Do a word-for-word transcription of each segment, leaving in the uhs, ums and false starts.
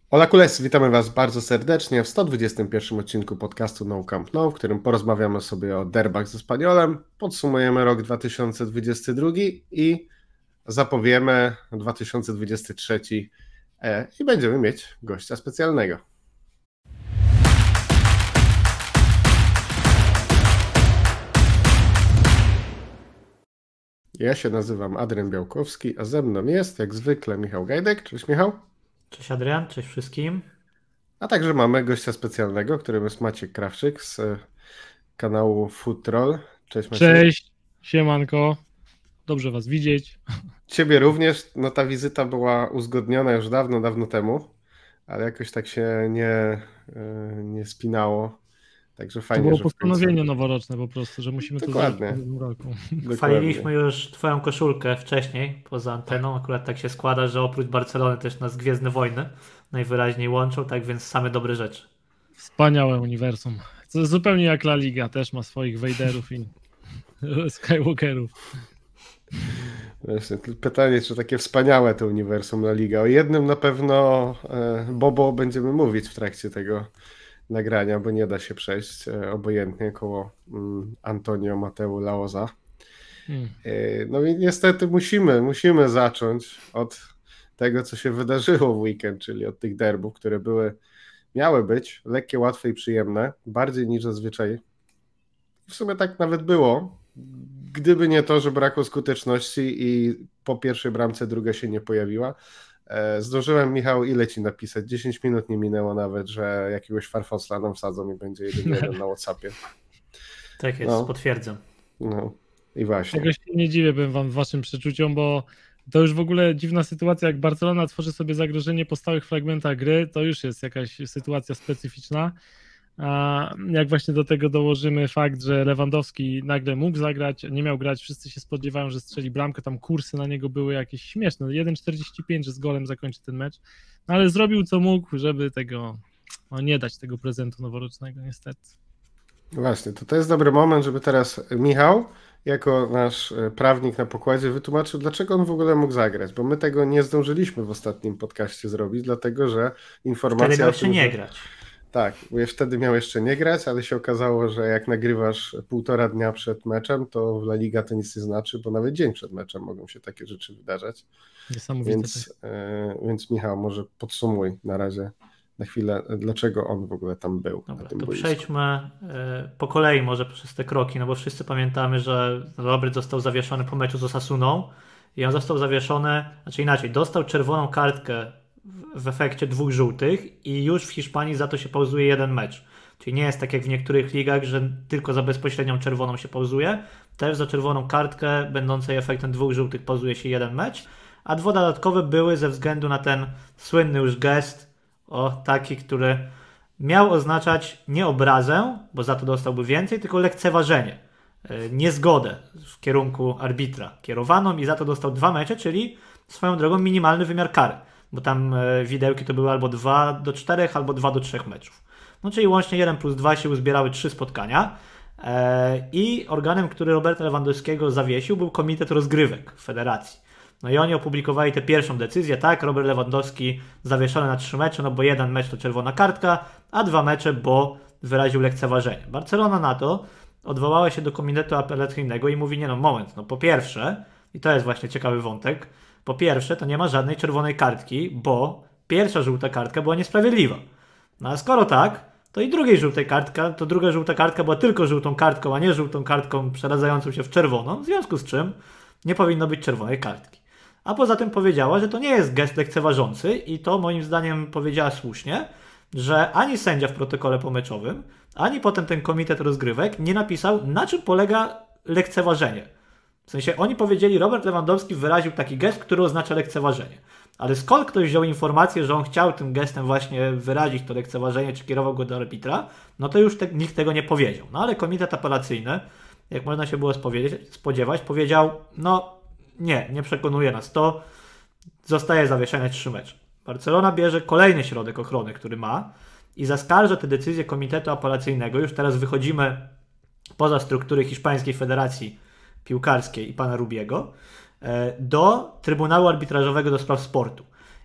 Hola Kules, witamy Was bardzo serdecznie w sto dwudziestym pierwszym odcinku podcastu No Camp No, w którym porozmawiamy sobie o derbach ze Spaniolem, podsumujemy rok dwa tysiące dwudziesty drugi i zapowiemy dwa tysiące dwudziesty trzeci e, i będziemy mieć gościa specjalnego. Ja się nazywam Adrian Białkowski, a ze mną jest jak zwykle Michał Gajdek. Cześć Michał. Cześć Adrian, cześć wszystkim. A także mamy gościa specjalnego, którym jest Maciek Krawczyk z kanału Food Troll. Cześć Maciek. Cześć, siemanko, dobrze Was widzieć. Ciebie również, no ta wizyta była uzgodniona już dawno, dawno temu, ale jakoś tak się nie, nie spinało, także fajnie, To było że w postanowienie końcu... noworoczne po prostu, że musimy Dokładnie. to zrobić w tym roku. Dokładnie. Chwaliliśmy już twoją koszulkę wcześniej, poza anteną. Akurat tak się składa, że oprócz Barcelony też nas Gwiezdne Wojny najwyraźniej łączą, tak więc same dobre rzeczy. Wspaniałe uniwersum. To zupełnie jak La Liga, też ma swoich Vaderów i Skywalkerów. Właśnie, pytanie, czy takie wspaniałe to uniwersum La Liga. O jednym na pewno Bobo będziemy mówić w trakcie tego nagrania, bo nie da się przejść obojętnie koło Antonio Mateu Laoza. Hmm. No i niestety musimy, musimy zacząć od tego, co się wydarzyło w weekend, czyli od tych derbów, które były, miały być lekkie, łatwe i przyjemne, bardziej niż zazwyczaj. W sumie tak nawet było, gdyby nie to, że brakło skuteczności i po pierwszej bramce druga się nie pojawiła. Zdążyłem, Michał, ile ci napisać? dziesięć minut nie minęło nawet, że jakiegoś farfosla nam wsadzą i będzie jeden jeden na WhatsAppie. Tak jest, no. Potwierdzam. No i właśnie. Tego się nie dziwię bym wam waszym przeczuciom, bo to już w ogóle dziwna sytuacja, jak Barcelona tworzy sobie zagrożenie po stałych fragmentach gry, to już jest jakaś sytuacja specyficzna. A jak właśnie do tego dołożymy fakt, że Lewandowski nagle mógł zagrać, nie miał grać, wszyscy się spodziewają, że strzeli bramkę, tam kursy na niego były jakieś śmieszne, jeden czterdzieści pięć, że z golem zakończy ten mecz, no ale zrobił co mógł, żeby tego, no nie dać tego prezentu noworocznego niestety. Właśnie, to, to jest dobry moment, żeby teraz Michał, jako nasz prawnik na pokładzie, wytłumaczył, dlaczego on w ogóle mógł zagrać, bo my tego nie zdążyliśmy w ostatnim podcaście zrobić, dlatego że informacja... Wtedy miał o jeszcze tym, nie że... grać. Tak, wtedy miał jeszcze nie grać, ale się okazało, że jak nagrywasz półtora dnia przed meczem, to w La Liga to nic nie znaczy, bo nawet dzień przed meczem mogą się takie rzeczy wydarzać. Niesamowite. Więc, tak. yy, więc Michał, może podsumuj na razie na chwilę, dlaczego on w ogóle tam był. Dobra, na tym to boisku. przejdźmy yy, po kolei może przez te kroki, no bo wszyscy pamiętamy, że Robert został zawieszony po meczu z Osasuną i on został zawieszony, znaczy inaczej, dostał czerwoną kartkę w efekcie dwóch żółtych i już w Hiszpanii za to się pauzuje jeden mecz. Czyli nie jest tak jak w niektórych ligach, że tylko za bezpośrednią czerwoną się pauzuje. Też za czerwoną kartkę będącej efektem dwóch żółtych pauzuje się jeden mecz, a dwa dodatkowe były ze względu na ten słynny już gest, o taki, który miał oznaczać nie obrazę, bo za to dostałby więcej, tylko lekceważenie, niezgodę w kierunku arbitra kierowaną i za to dostał dwa mecze, czyli swoją drogą minimalny wymiar kary. Bo tam widełki to były albo dwa do czterech, albo dwa do trzech meczów. No czyli łącznie jeden plus dwa się uzbierały trzy spotkania i organem, który Roberta Lewandowskiego zawiesił, był Komitet Rozgrywek Federacji. No i oni opublikowali tę pierwszą decyzję, tak, Robert Lewandowski zawieszony na trzy mecze, no bo jeden mecz to czerwona kartka, a dwa mecze, bo wyraził lekceważenie. Barcelona na to odwołała się do Komitetu Apelacyjnego i mówi, nie no moment, no po pierwsze, i to jest właśnie ciekawy wątek, po pierwsze, to nie ma żadnej czerwonej kartki, bo pierwsza żółta kartka była niesprawiedliwa. No a skoro tak, to i drugiej żółtej kartka, to druga żółta kartka była tylko żółtą kartką, a nie żółtą kartką przeradzającą się w czerwoną, w związku z czym nie powinno być czerwonej kartki. A poza tym powiedziała, że to nie jest gest lekceważący i to moim zdaniem powiedziała słusznie, że ani sędzia w protokole pomeczowym, ani potem ten komitet rozgrywek nie napisał, na czym polega lekceważenie. W sensie oni powiedzieli, Robert Lewandowski wyraził taki gest, który oznacza lekceważenie. Ale skąd ktoś wziął informację, że on chciał tym gestem właśnie wyrazić to lekceważenie, czy kierował go do arbitra, no to już te, nikt tego nie powiedział. No ale komitet apelacyjny, jak można się było spodziewać, powiedział, no nie, nie przekonuje nas to, zostaje zawieszenie trzy mecze. Barcelona bierze kolejny środek ochrony, który ma i zaskarża te decyzje komitetu apelacyjnego. Już teraz wychodzimy poza struktury Hiszpańskiej Federacji Piłkarskiej i pana Rubiego, do Trybunału Arbitrażowego do Spraw Sportu.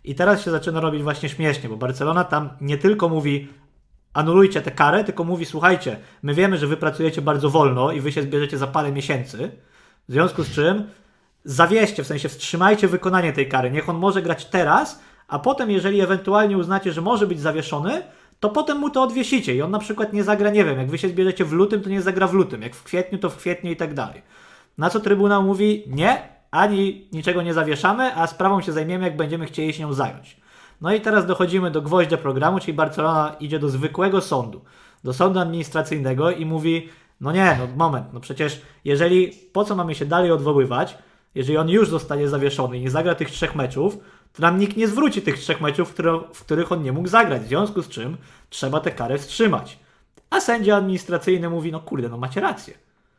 I teraz się zaczyna robić właśnie śmiesznie, bo Barcelona tam nie tylko mówi anulujcie tę karę, tylko mówi słuchajcie, my wiemy, że wy pracujecie bardzo wolno i wy się zbierzecie za parę miesięcy, w związku z czym zawieźcie, w sensie wstrzymajcie wykonanie tej kary, niech on może grać teraz, a potem jeżeli ewentualnie uznacie, że może być zawieszony, to potem mu to odwiesicie i on na przykład nie zagra, nie wiem, jak wy się zbierzecie w lutym, to nie zagra w lutym, jak w kwietniu, to w kwietniu i tak dalej. Na co Trybunał mówi, nie, ani niczego nie zawieszamy, a sprawą się zajmiemy, jak będziemy chcieli się nią zająć. No i teraz dochodzimy do gwoździa programu, czyli Barcelona idzie do zwykłego sądu, do sądu administracyjnego i mówi, no nie, no moment, no przecież jeżeli, po co mamy się dalej odwoływać, jeżeli on już zostanie zawieszony i nie zagra tych trzech meczów, to nam nikt nie zwróci tych trzech meczów, w, które, w których on nie mógł zagrać, w związku z czym trzeba tę karę wstrzymać. A sędzia administracyjny mówi, no kurde, no macie rację.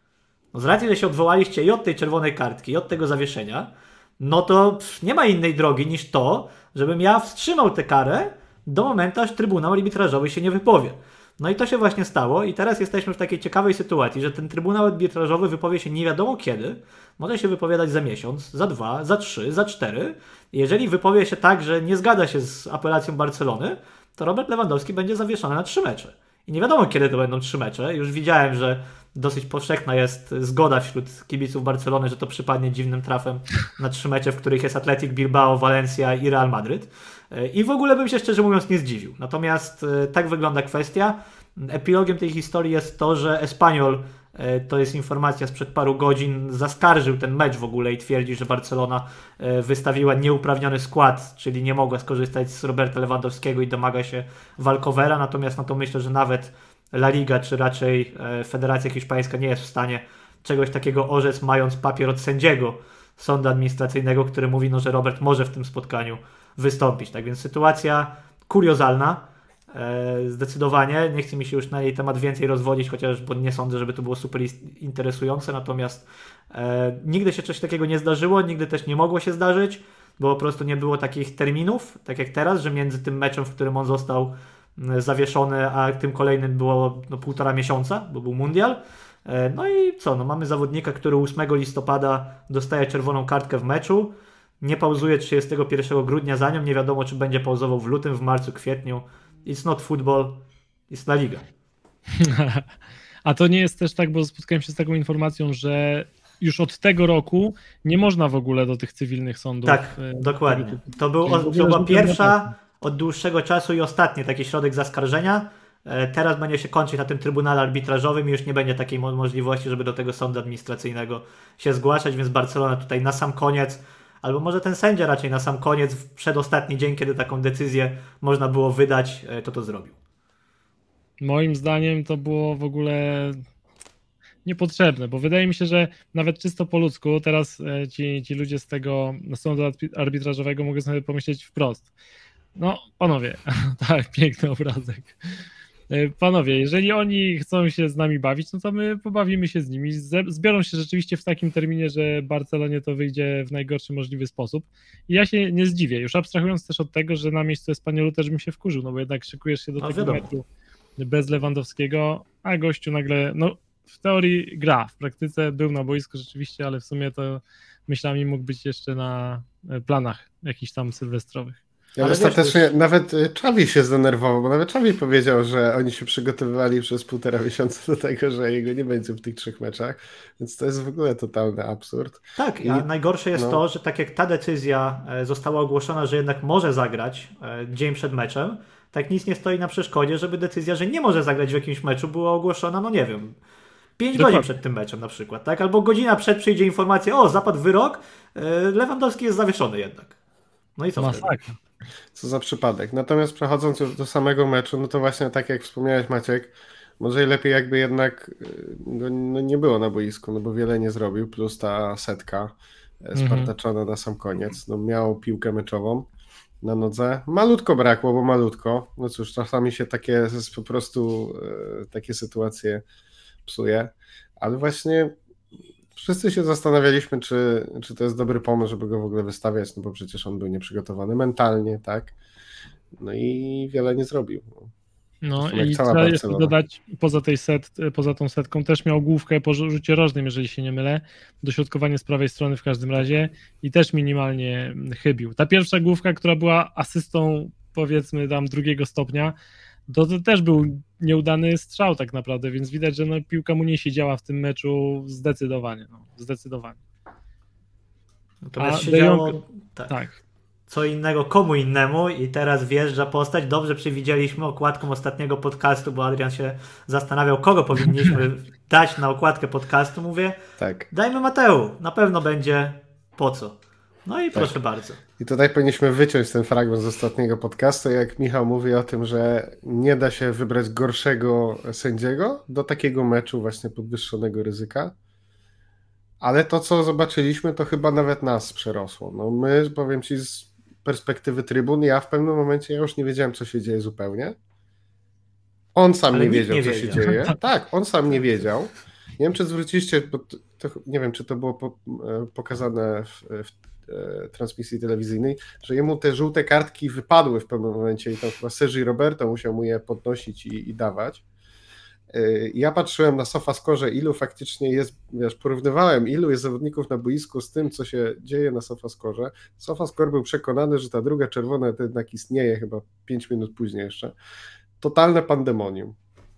No z racji, że się odwołaliście i od tej czerwonej kartki, i od tego zawieszenia, no to pff, nie ma innej drogi niż to, żebym ja wstrzymał tę karę do momentu, aż Trybunał Arbitrażowy się nie wypowie. No i to się właśnie stało i teraz jesteśmy w takiej ciekawej sytuacji, że ten Trybunał Arbitrażowy wypowie się nie wiadomo kiedy, może się wypowiadać za miesiąc, za dwa, za trzy, za cztery. Jeżeli wypowie się tak, że nie zgadza się z apelacją Barcelony, to Robert Lewandowski będzie zawieszony na trzy mecze. I nie wiadomo kiedy to będą trzy mecze. Już widziałem, że dosyć powszechna jest zgoda wśród kibiców Barcelony, że to przypadnie dziwnym trafem na trzy mecze, w których jest Athletic Bilbao, Valencia i Real Madryt. I w ogóle bym się szczerze mówiąc nie zdziwił. Natomiast tak wygląda kwestia. Epilogiem tej historii jest to, że Espanyol, to jest informacja sprzed paru godzin, zaskarżył ten mecz w ogóle i twierdzi, że Barcelona wystawiła nieuprawniony skład, czyli nie mogła skorzystać z Roberta Lewandowskiego i domaga się walkowera. Natomiast no to myślę, że nawet La Liga, czy raczej Federacja Hiszpańska nie jest w stanie czegoś takiego orzec, mając papier od sędziego sądu administracyjnego, który mówi, no, że Robert może w tym spotkaniu wystąpić. Tak więc sytuacja kuriozalna, e, zdecydowanie. Nie chce mi się już na jej temat więcej rozwodzić, chociaż bo nie sądzę, żeby to było super interesujące, natomiast e, nigdy się coś takiego nie zdarzyło, nigdy też nie mogło się zdarzyć, bo po prostu nie było takich terminów, tak jak teraz, że między tym meczem, w którym on został zawieszony, a tym kolejnym było no, półtora miesiąca, bo był mundial. No i co, no mamy zawodnika, który ósmego listopada dostaje czerwoną kartkę w meczu, nie pauzuje trzydziestego pierwszego grudnia za nią, nie wiadomo czy będzie pauzował w lutym, w marcu, kwietniu. It's not football, it's La Liga. A to nie jest też tak, bo spotkałem się z taką informacją, że już od tego roku nie można w ogóle do tych cywilnych sądów. Tak, dokładnie. To, był, to była pierwsza od dłuższego czasu i ostatni taki środek zaskarżenia. Teraz będzie się kończyć na tym Trybunale Arbitrażowym i już nie będzie takiej możliwości, żeby do tego sądu administracyjnego się zgłaszać, więc Barcelona tutaj na sam koniec, albo może ten sędzia raczej na sam koniec, w przedostatni dzień, kiedy taką decyzję można było wydać, to to zrobił. Moim zdaniem to było w ogóle niepotrzebne, bo wydaje mi się, że nawet czysto po ludzku teraz ci, ci ludzie z tego sądu arbitrażowego mogą sobie pomyśleć wprost. No, panowie, tak, piękny obrazek. Panowie, jeżeli oni chcą się z nami bawić, no to my pobawimy się z nimi. Zbiorą się rzeczywiście w takim terminie, że Barcelonie to wyjdzie w najgorszy możliwy sposób. I ja się nie zdziwię, już abstrahując też od tego, że na miejscu Espanyolu też bym się wkurzył, no bo jednak szykujesz się do no, tego wiadomo. meczu bez Lewandowskiego, a gościu nagle, no w teorii gra, w praktyce był na boisku rzeczywiście, ale w sumie to myślami mógł być jeszcze na planach jakichś tam sylwestrowych. Ale, ale ostatecznie wiesz, nawet Xavi się zdenerwował, bo nawet Xavi powiedział, że oni się przygotowywali przez półtora miesiąca do tego, że jego nie będzie w tych trzech meczach, więc to jest w ogóle totalny absurd. Tak, I, a najgorsze jest no. to, że tak jak ta decyzja została ogłoszona, że jednak może zagrać dzień przed meczem, tak nic nie stoi na przeszkodzie, żeby decyzja, że nie może zagrać w jakimś meczu była ogłoszona, no nie wiem, pięć Dokładnie. godzin przed tym meczem na przykład, tak? Albo godzina przed przyjdzie informacja, o zapadł wyrok, Lewandowski jest zawieszony jednak. No i co Masakra. wtedy? Co za przypadek. Natomiast przechodząc już do samego meczu, no to właśnie tak jak wspomniałeś Maciek, może i lepiej jakby jednak go no nie było na boisku, no bo wiele nie zrobił, plus ta setka spartaczona mm-hmm. na sam koniec. No miał piłkę meczową na nodze. Malutko brakło, bo malutko. No cóż, czasami się takie po prostu takie sytuacje psuje, ale właśnie wszyscy się zastanawialiśmy, czy, czy to jest dobry pomysł, żeby go w ogóle wystawiać, no bo przecież on był nieprzygotowany mentalnie, tak? No i wiele nie zrobił. No jak i cała trzeba jeszcze Barcelona. dodać, poza, tej set, poza tą setką też miał główkę po rzucie rożnym, jeżeli się nie mylę, dośrodkowanie z prawej strony w każdym razie i też minimalnie chybił. Ta pierwsza główka, która była asystą powiedzmy tam drugiego stopnia, to, to też był nieudany strzał tak naprawdę, więc widać, że no, piłka mu nie siedziała w tym meczu zdecydowanie. No, zdecydowanie. Natomiast A się De działo Jong- tak. Tak. Co innego komu innemu i teraz wjeżdża postać. Dobrze przewidzieliśmy okładką ostatniego podcastu, bo Adrian się zastanawiał, kogo powinniśmy dać na okładkę podcastu. Mówię, Tak. dajmy Mateu, na pewno będzie po co. No i proszę bardzo. I tutaj powinniśmy wyciąć ten fragment z ostatniego podcastu, jak Michał mówi o tym, że nie da się wybrać gorszego sędziego do takiego meczu właśnie podwyższonego ryzyka. Ale to, co zobaczyliśmy, to chyba nawet nas przerosło. No my, powiem ci, z perspektywy trybun, ja w pewnym momencie ja już nie wiedziałem, co się dzieje zupełnie. On sam Ale nie nikt wiedział, nie co wiedział. się dzieje. Tak, on sam nie wiedział. Nie wiem, czy zwróciliście, bo to, to, nie wiem, czy to było po, pokazane w, w e, transmisji telewizyjnej, że jemu te żółte kartki wypadły w pewnym momencie i tam chyba Sergi Roberto musiał mu je podnosić i, i dawać. Ja patrzyłem na SofaScore, ilu faktycznie jest, wiesz, porównywałem, ilu jest zawodników na boisku z tym, co się dzieje na SofaScore. SofaScore był przekonany, że ta druga czerwona to jednak istnieje, chyba pięć minut później jeszcze. Totalne pandemonium.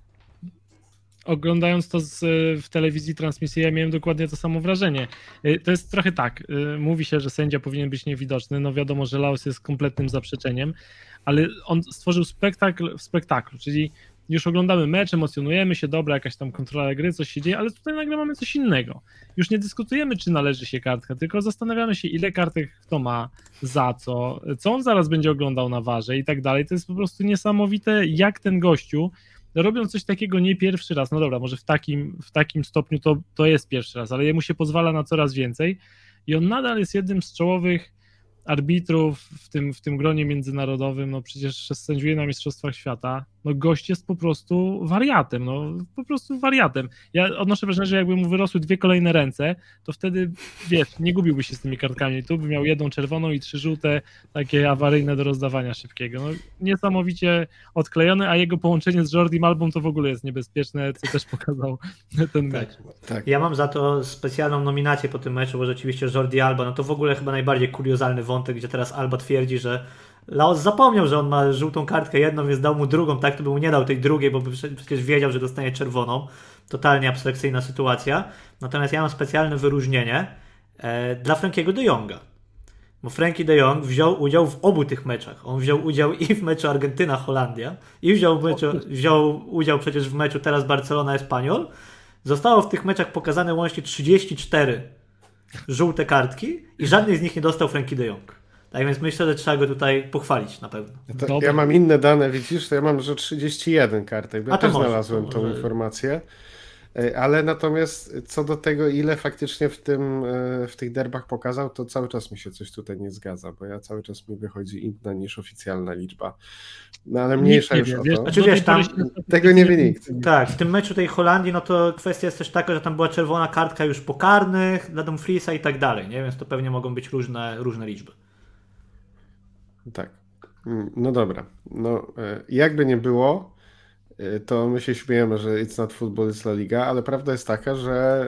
Oglądając to z, w telewizji transmisji, ja miałem dokładnie to samo wrażenie. To jest trochę tak, mówi się, że sędzia powinien być niewidoczny, no wiadomo, że Laos jest kompletnym zaprzeczeniem, ale on stworzył spektakl w spektaklu, czyli już oglądamy mecz, emocjonujemy się, dobra, jakaś tam kontrola gry, coś się dzieje, ale tutaj nagle mamy coś innego. Już nie dyskutujemy, czy należy się kartka, tylko zastanawiamy się, ile kartek kto ma, za co, co on zaraz będzie oglądał na warze i tak dalej. To jest po prostu niesamowite, jak ten gościu, robiąc coś takiego nie pierwszy raz, no dobra, może w takim, w takim stopniu to, to jest pierwszy raz, ale jemu się pozwala na coraz więcej i on nadal jest jednym z czołowych arbitrów w tym, w tym gronie międzynarodowym, no przecież sędziuje na Mistrzostwach Świata, no gość jest po prostu wariatem, no po prostu wariatem. Ja odnoszę wrażenie, że jakby mu wyrosły dwie kolejne ręce, to wtedy, wiesz, nie gubiłby się z tymi kartkami. Tu by miał jedną czerwoną i trzy żółte, takie awaryjne do rozdawania szybkiego. No, niesamowicie odklejony, a jego połączenie z Jordim Albą to w ogóle jest niebezpieczne, co też pokazał ten mecz. Tak. Tak. Ja mam za to specjalną nominację po tym meczu, bo rzeczywiście Jordi Alba, no to w ogóle chyba najbardziej kuriozalny wątek, gdzie teraz Alba twierdzi, że Laos zapomniał, że on ma żółtą kartkę jedną, więc dał mu drugą, tak to by mu nie dał tej drugiej, bo by przecież wiedział, że dostanie czerwoną. Totalnie abstrakcyjna sytuacja. Natomiast ja mam specjalne wyróżnienie e, dla Frankiego de Jonga. Bo Frankie de Jong wziął udział w obu tych meczach. On wziął udział i w meczu Argentyna-Holandia i wziął, w meczu, wziął udział przecież w meczu teraz Barcelona-Espanyol. Zostało w tych meczach pokazane łącznie trzydzieści cztery żółte kartki i żadnej z nich nie dostał Frankie de Jong. Tak więc myślę, że trzeba go tutaj pochwalić na pewno. To ja mam inne dane, widzisz, to ja mam, że trzydzieści jeden kartek, bo ja A to też może, znalazłem to tą może. informację. Ale natomiast co do tego, ile faktycznie w tym, w tych derbach pokazał, to cały czas mi się coś tutaj nie zgadza, bo ja cały czas mi wychodzi inna niż oficjalna liczba. No ale mniejsza już wie, o wiesz, to. Znaczy wiesz, tam tego nie wie nikt. Tak, w tym meczu tej Holandii, no to kwestia jest też taka, że tam była czerwona kartka już po karnych dla Dumfriesa i tak dalej, nie? Więc to pewnie mogą być różne, różne liczby. Tak. No dobra. No, jakby nie było, to my się śmiejemy, że it's not football, it's La Liga, ale prawda jest taka, że,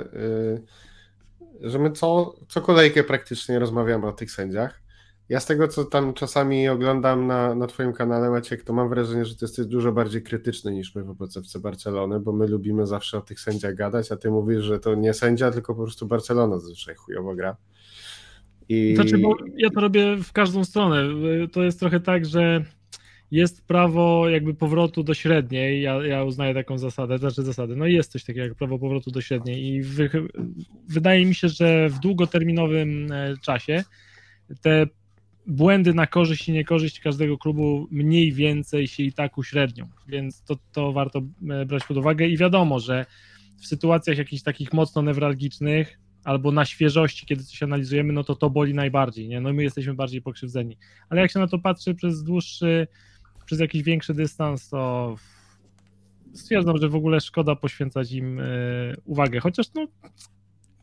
że my co, co kolejkę praktycznie rozmawiamy o tych sędziach. Ja z tego, co tam czasami oglądam na, na twoim kanale, Maciek, to mam wrażenie, że ty jesteś dużo bardziej krytyczny niż my wobec F C Barcelony, bo my lubimy zawsze o tych sędziach gadać, a ty mówisz, że to nie sędzia, tylko po prostu Barcelona zazwyczaj chujowo gra. I... Znaczy, bo ja to robię w każdą stronę. To jest trochę tak, że jest prawo jakby powrotu do średniej, ja, ja uznaję taką zasadę, znaczy zasadę, no jest coś takiego jak prawo powrotu do średniej i wy, wydaje mi się, że w długoterminowym czasie te błędy na korzyść i niekorzyść każdego klubu mniej więcej się i tak uśrednią, więc to, to warto brać pod uwagę i wiadomo, że w sytuacjach jakichś takich mocno newralgicznych albo na świeżości, kiedy coś analizujemy, no to to boli najbardziej, nie? No my jesteśmy bardziej pokrzywdzeni, ale jak się na to patrzy przez dłuższy, przez jakiś większy dystans, to stwierdzam, że w ogóle szkoda poświęcać im y, uwagę, chociaż no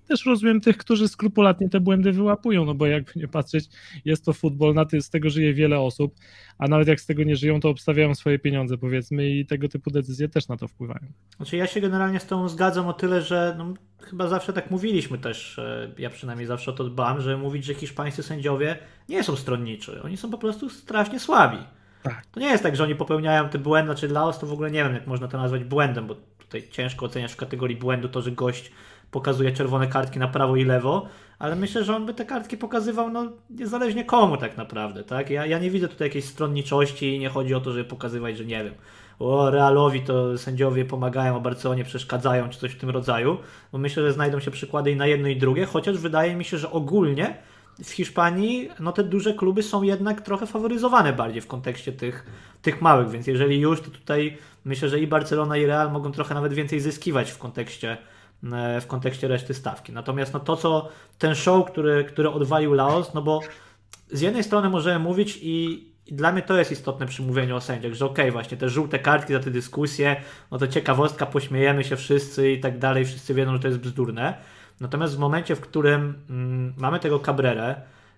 też rozumiem tych, którzy skrupulatnie te błędy wyłapują, no bo jakby nie patrzeć, jest to futbol, na ty, z tego żyje wiele osób, a nawet jak z tego nie żyją, to obstawiają swoje pieniądze, powiedzmy, i tego typu decyzje też na to wpływają. Znaczy ja się generalnie z tą zgadzam o tyle, że no, chyba zawsze tak mówiliśmy też, ja przynajmniej zawsze o to dbam, że mówić, że hiszpańscy sędziowie nie są stronniczy, oni są po prostu strasznie słabi. Tak. To nie jest tak, że oni popełniają te błędy, znaczy Laos to w ogóle nie wiem, jak można to nazwać błędem, bo tutaj ciężko oceniać w kategorii błędu to, że gość pokazuje czerwone kartki na prawo i lewo, ale myślę, że on by te kartki pokazywał no niezależnie komu tak naprawdę, tak? Ja, ja nie widzę tutaj jakiejś stronniczości i nie chodzi o to, żeby pokazywać, że nie wiem, o Realowi to sędziowie pomagają, a Barcelonie przeszkadzają, czy coś w tym rodzaju, bo myślę, że znajdą się przykłady i na jedno i drugie, chociaż wydaje mi się, że ogólnie w Hiszpanii no te duże kluby są jednak trochę faworyzowane bardziej w kontekście tych, tych małych, więc jeżeli już, to tutaj myślę, że i Barcelona i Real mogą trochę nawet więcej zyskiwać w kontekście w kontekście reszty stawki. Natomiast no to, co ten show, który, który odwalił Laos, no bo z jednej strony możemy mówić i, i dla mnie to jest istotne przy mówieniu o sędziach, że okej, okay, właśnie te żółte kartki za te dyskusje, no to ciekawostka, pośmiejemy się wszyscy i tak dalej, wszyscy wiedzą, że to jest bzdurne. Natomiast w momencie, w którym mm, mamy tego Cabrerę,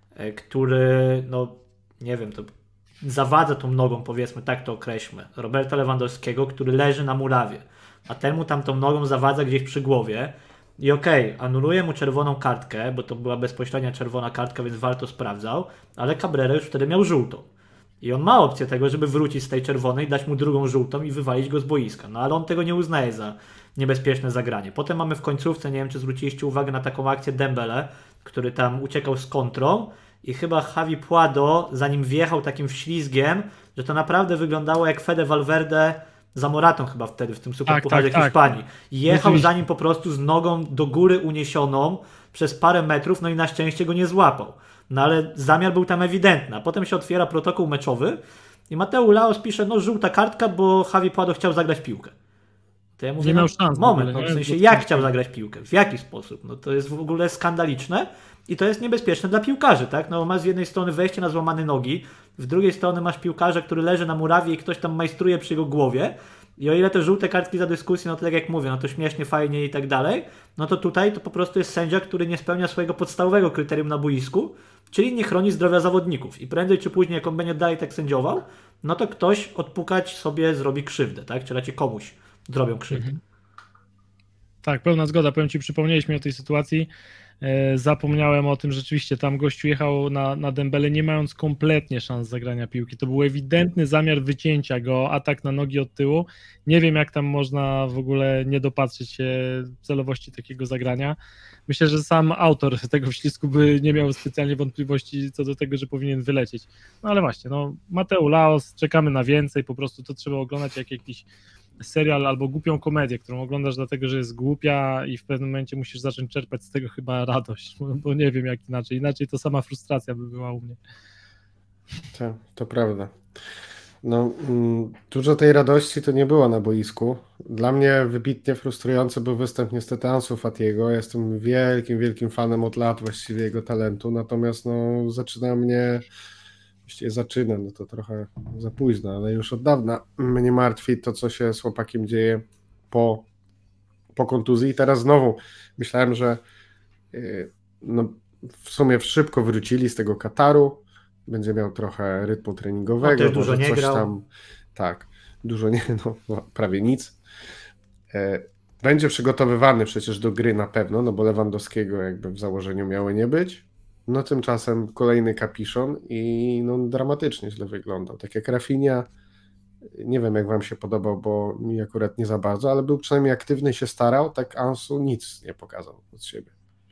który, no nie wiem, to zawadza tą nogą, powiedzmy, tak to określmy, Roberta Lewandowskiego, który leży na murawie, a ten mu tam tą nogą zawadza gdzieś przy głowie i okej, okay, anuluje mu czerwoną kartkę, bo to była bezpośrednia czerwona kartka, więc VAR to sprawdzał, ale Cabrera już wtedy miał żółtą. I on ma opcję tego, żeby wrócić z tej czerwonej, dać mu drugą żółtą i wywalić go z boiska. No ale on tego nie uznaje za niebezpieczne zagranie. Potem mamy w końcówce, nie wiem czy zwróciliście uwagę na taką akcję Dembele, który tam uciekał z kontrą i chyba Javi Puado, zanim wjechał takim wślizgiem, że to naprawdę wyglądało jak Fede Valverde za Moratą chyba wtedy w tym Superpucharze tak, tak, Hiszpanii. Jechał Rzeczywiście. za nim po prostu z nogą do góry uniesioną przez parę metrów, no i na szczęście go nie złapał. No ale zamiar był tam ewidentny. A potem się otwiera protokół meczowy i Mateu Laos pisze, no żółta kartka, bo Javi Puado chciał zagrać piłkę. To ja mówię, Nie no, miał szans w moment, ogóle, no, w nie? sensie jak chciał zagrać piłkę? W jaki sposób? No to jest w ogóle skandaliczne i to jest niebezpieczne dla piłkarzy, tak? No masz z jednej strony wejście na złamane nogi, z drugiej strony masz piłkarza, który leży na murawie i ktoś tam majstruje przy jego głowie. I o ile te żółte kartki za dyskusję, no to tak jak mówię, no to śmiesznie, fajnie i tak dalej, no to tutaj to po prostu jest sędzia, który nie spełnia swojego podstawowego kryterium na boisku, czyli nie chroni zdrowia zawodników. I prędzej czy później, jak on będzie dalej tak sędziował, no to ktoś odpukać sobie zrobi krzywdę, tak? Czy raczej komuś zrobią krzywdę. Mhm. Tak, pełna zgoda. Powiem Ci, przypomniałeś mi o tej sytuacji. E, zapomniałem o tym, rzeczywiście tam gościu jechał na, na Dembele, nie mając kompletnie szans zagrania piłki. To był ewidentny zamiar wycięcia go, atak na nogi od tyłu. Nie wiem, jak tam można w ogóle nie dopatrzeć się celowości takiego zagrania. Myślę, że sam autor tego wślizgu by nie miał specjalnie wątpliwości co do tego, że powinien wylecieć. No ale właśnie, no Mateu Laos, czekamy na więcej, po prostu to trzeba oglądać jak jakiś serial albo głupią komedię, którą oglądasz dlatego, że jest głupia i w pewnym momencie musisz zacząć czerpać z tego chyba radość, bo, bo nie wiem jak inaczej. Inaczej to sama frustracja by była u mnie. Tak, to prawda. No, mm, dużo tej radości to nie było na boisku. Dla mnie wybitnie frustrujący był występ niestety Ansu Fatiego. Jestem wielkim, wielkim fanem od lat właściwie jego talentu, natomiast no, zaczyna mnie, właściwie zaczyna, no to trochę za późno, ale już od dawna mnie martwi to, co się z chłopakiem dzieje po, po kontuzji. I teraz znowu myślałem, że yy, no, w sumie szybko wrócili z tego Kataru, będzie miał trochę rytmu treningowego, no, dużo nie coś grał. tam, tak, dużo nie, no, no prawie nic. E, będzie przygotowywany przecież do gry na pewno, no bo Lewandowskiego jakby w założeniu miało nie być. No tymczasem kolejny kapiszon i no dramatycznie źle wyglądał. Tak jak Rafinha, nie wiem jak wam się podobał, bo mi akurat nie za bardzo, ale był przynajmniej aktywny, się starał, tak Ansu nic nie pokazał od siebie.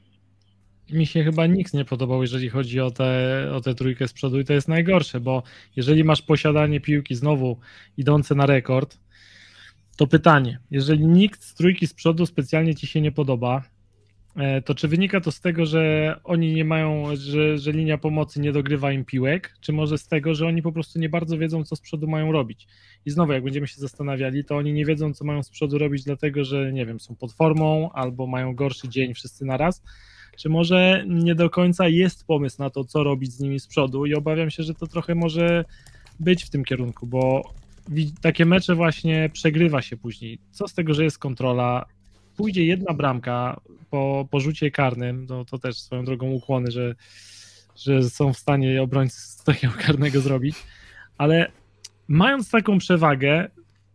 Mi się chyba nikt nie podobał, jeżeli chodzi o tę o tę trójkę z przodu i to jest najgorsze, bo jeżeli masz posiadanie piłki znowu idące na rekord, to pytanie, jeżeli nikt z trójki z przodu specjalnie ci się nie podoba, to czy wynika to z tego, że oni nie mają, że, że linia pomocy nie dogrywa im piłek, czy może z tego, że oni po prostu nie bardzo wiedzą, co z przodu mają robić? I znowu, jak będziemy się zastanawiali, to oni nie wiedzą, co mają z przodu robić, dlatego, że nie wiem, są pod formą albo mają gorszy dzień wszyscy naraz, czy może nie do końca jest pomysł na to, co robić z nimi z przodu i obawiam się, że to trochę może być w tym kierunku, bo takie mecze właśnie przegrywa się później. Co z tego, że jest kontrola, pójdzie jedna bramka po, po rzucie karnym, to, to też swoją drogą ukłony, że, że są w stanie obrońcy z takiego karnego zrobić, ale mając taką przewagę,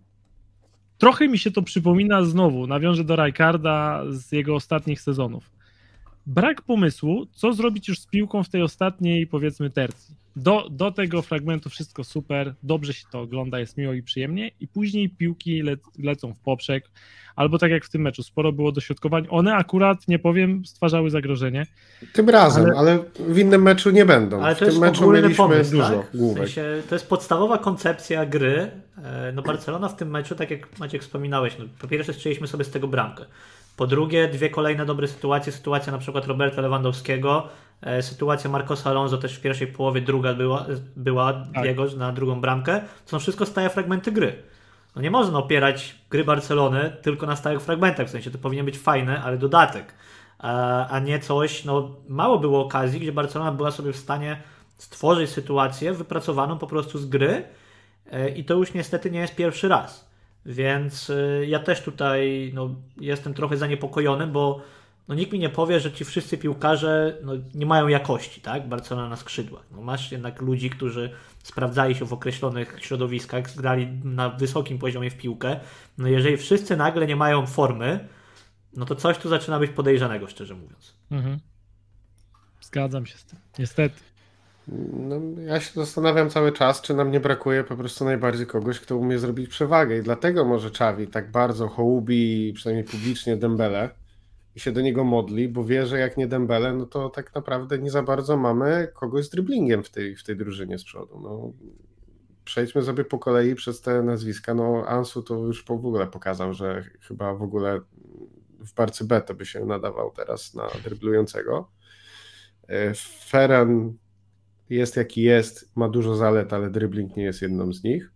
trochę mi się to przypomina znowu, nawiążę do Rijkaarda z jego ostatnich sezonów. Brak pomysłu, co zrobić już z piłką w tej ostatniej, powiedzmy, tercji. Do, do tego fragmentu wszystko super, dobrze się to ogląda, jest miło i przyjemnie i później piłki le, lecą w poprzek, albo tak jak w tym meczu, sporo było dośrodkowań. One akurat, nie powiem, stwarzały zagrożenie. Tym razem, ale, ale, ale w innym meczu nie będą. Ale w to tym jest meczu ogólny mieliśmy pomysł, dużo tak? W główek. sensie, to jest podstawowa koncepcja gry. No Barcelona w tym meczu, tak jak Maciek wspominałeś, no, po pierwsze strzeliśmy sobie z tego bramkę. Po drugie, dwie kolejne dobre sytuacje. Sytuacja na przykład Roberta Lewandowskiego, e, sytuacja Marcosa Alonso też w pierwszej połowie, druga była, była Tak. jego na drugą bramkę. To są wszystko stałe fragmenty gry. No nie można opierać gry Barcelony tylko na stałych fragmentach, w sensie to powinien być fajne, ale dodatek, a, a nie coś, no mało było okazji, gdzie Barcelona była sobie w stanie stworzyć sytuację wypracowaną po prostu z gry e, i to już niestety nie jest pierwszy raz. Więc y, ja też tutaj no, jestem trochę zaniepokojony, bo no, nikt mi nie powie, że ci wszyscy piłkarze no, nie mają jakości, tak? Barcelona na skrzydłach. No, masz jednak ludzi, którzy sprawdzali się w określonych środowiskach, grali na wysokim poziomie w piłkę. No jeżeli wszyscy nagle nie mają formy, no to coś tu zaczyna być podejrzanego, szczerze mówiąc. Mhm. Zgadzam się z tym, niestety. No, ja się zastanawiam cały czas, czy nam nie brakuje po prostu najbardziej kogoś, kto umie zrobić przewagę i dlatego może Xavi tak bardzo hołubi, przynajmniej publicznie, Dembele i się do niego modli, bo wie, że jak nie Dembele, no to tak naprawdę nie za bardzo mamy kogoś z driblingiem w tej, w tej drużynie z przodu. No, przejdźmy sobie po kolei przez te nazwiska. No Ansu to już w ogóle pokazał, że chyba w ogóle w Barcy B to by się nadawał teraz na dryblującego. Ferran jest jaki jest, ma dużo zalet, ale dribbling nie jest jedną z nich.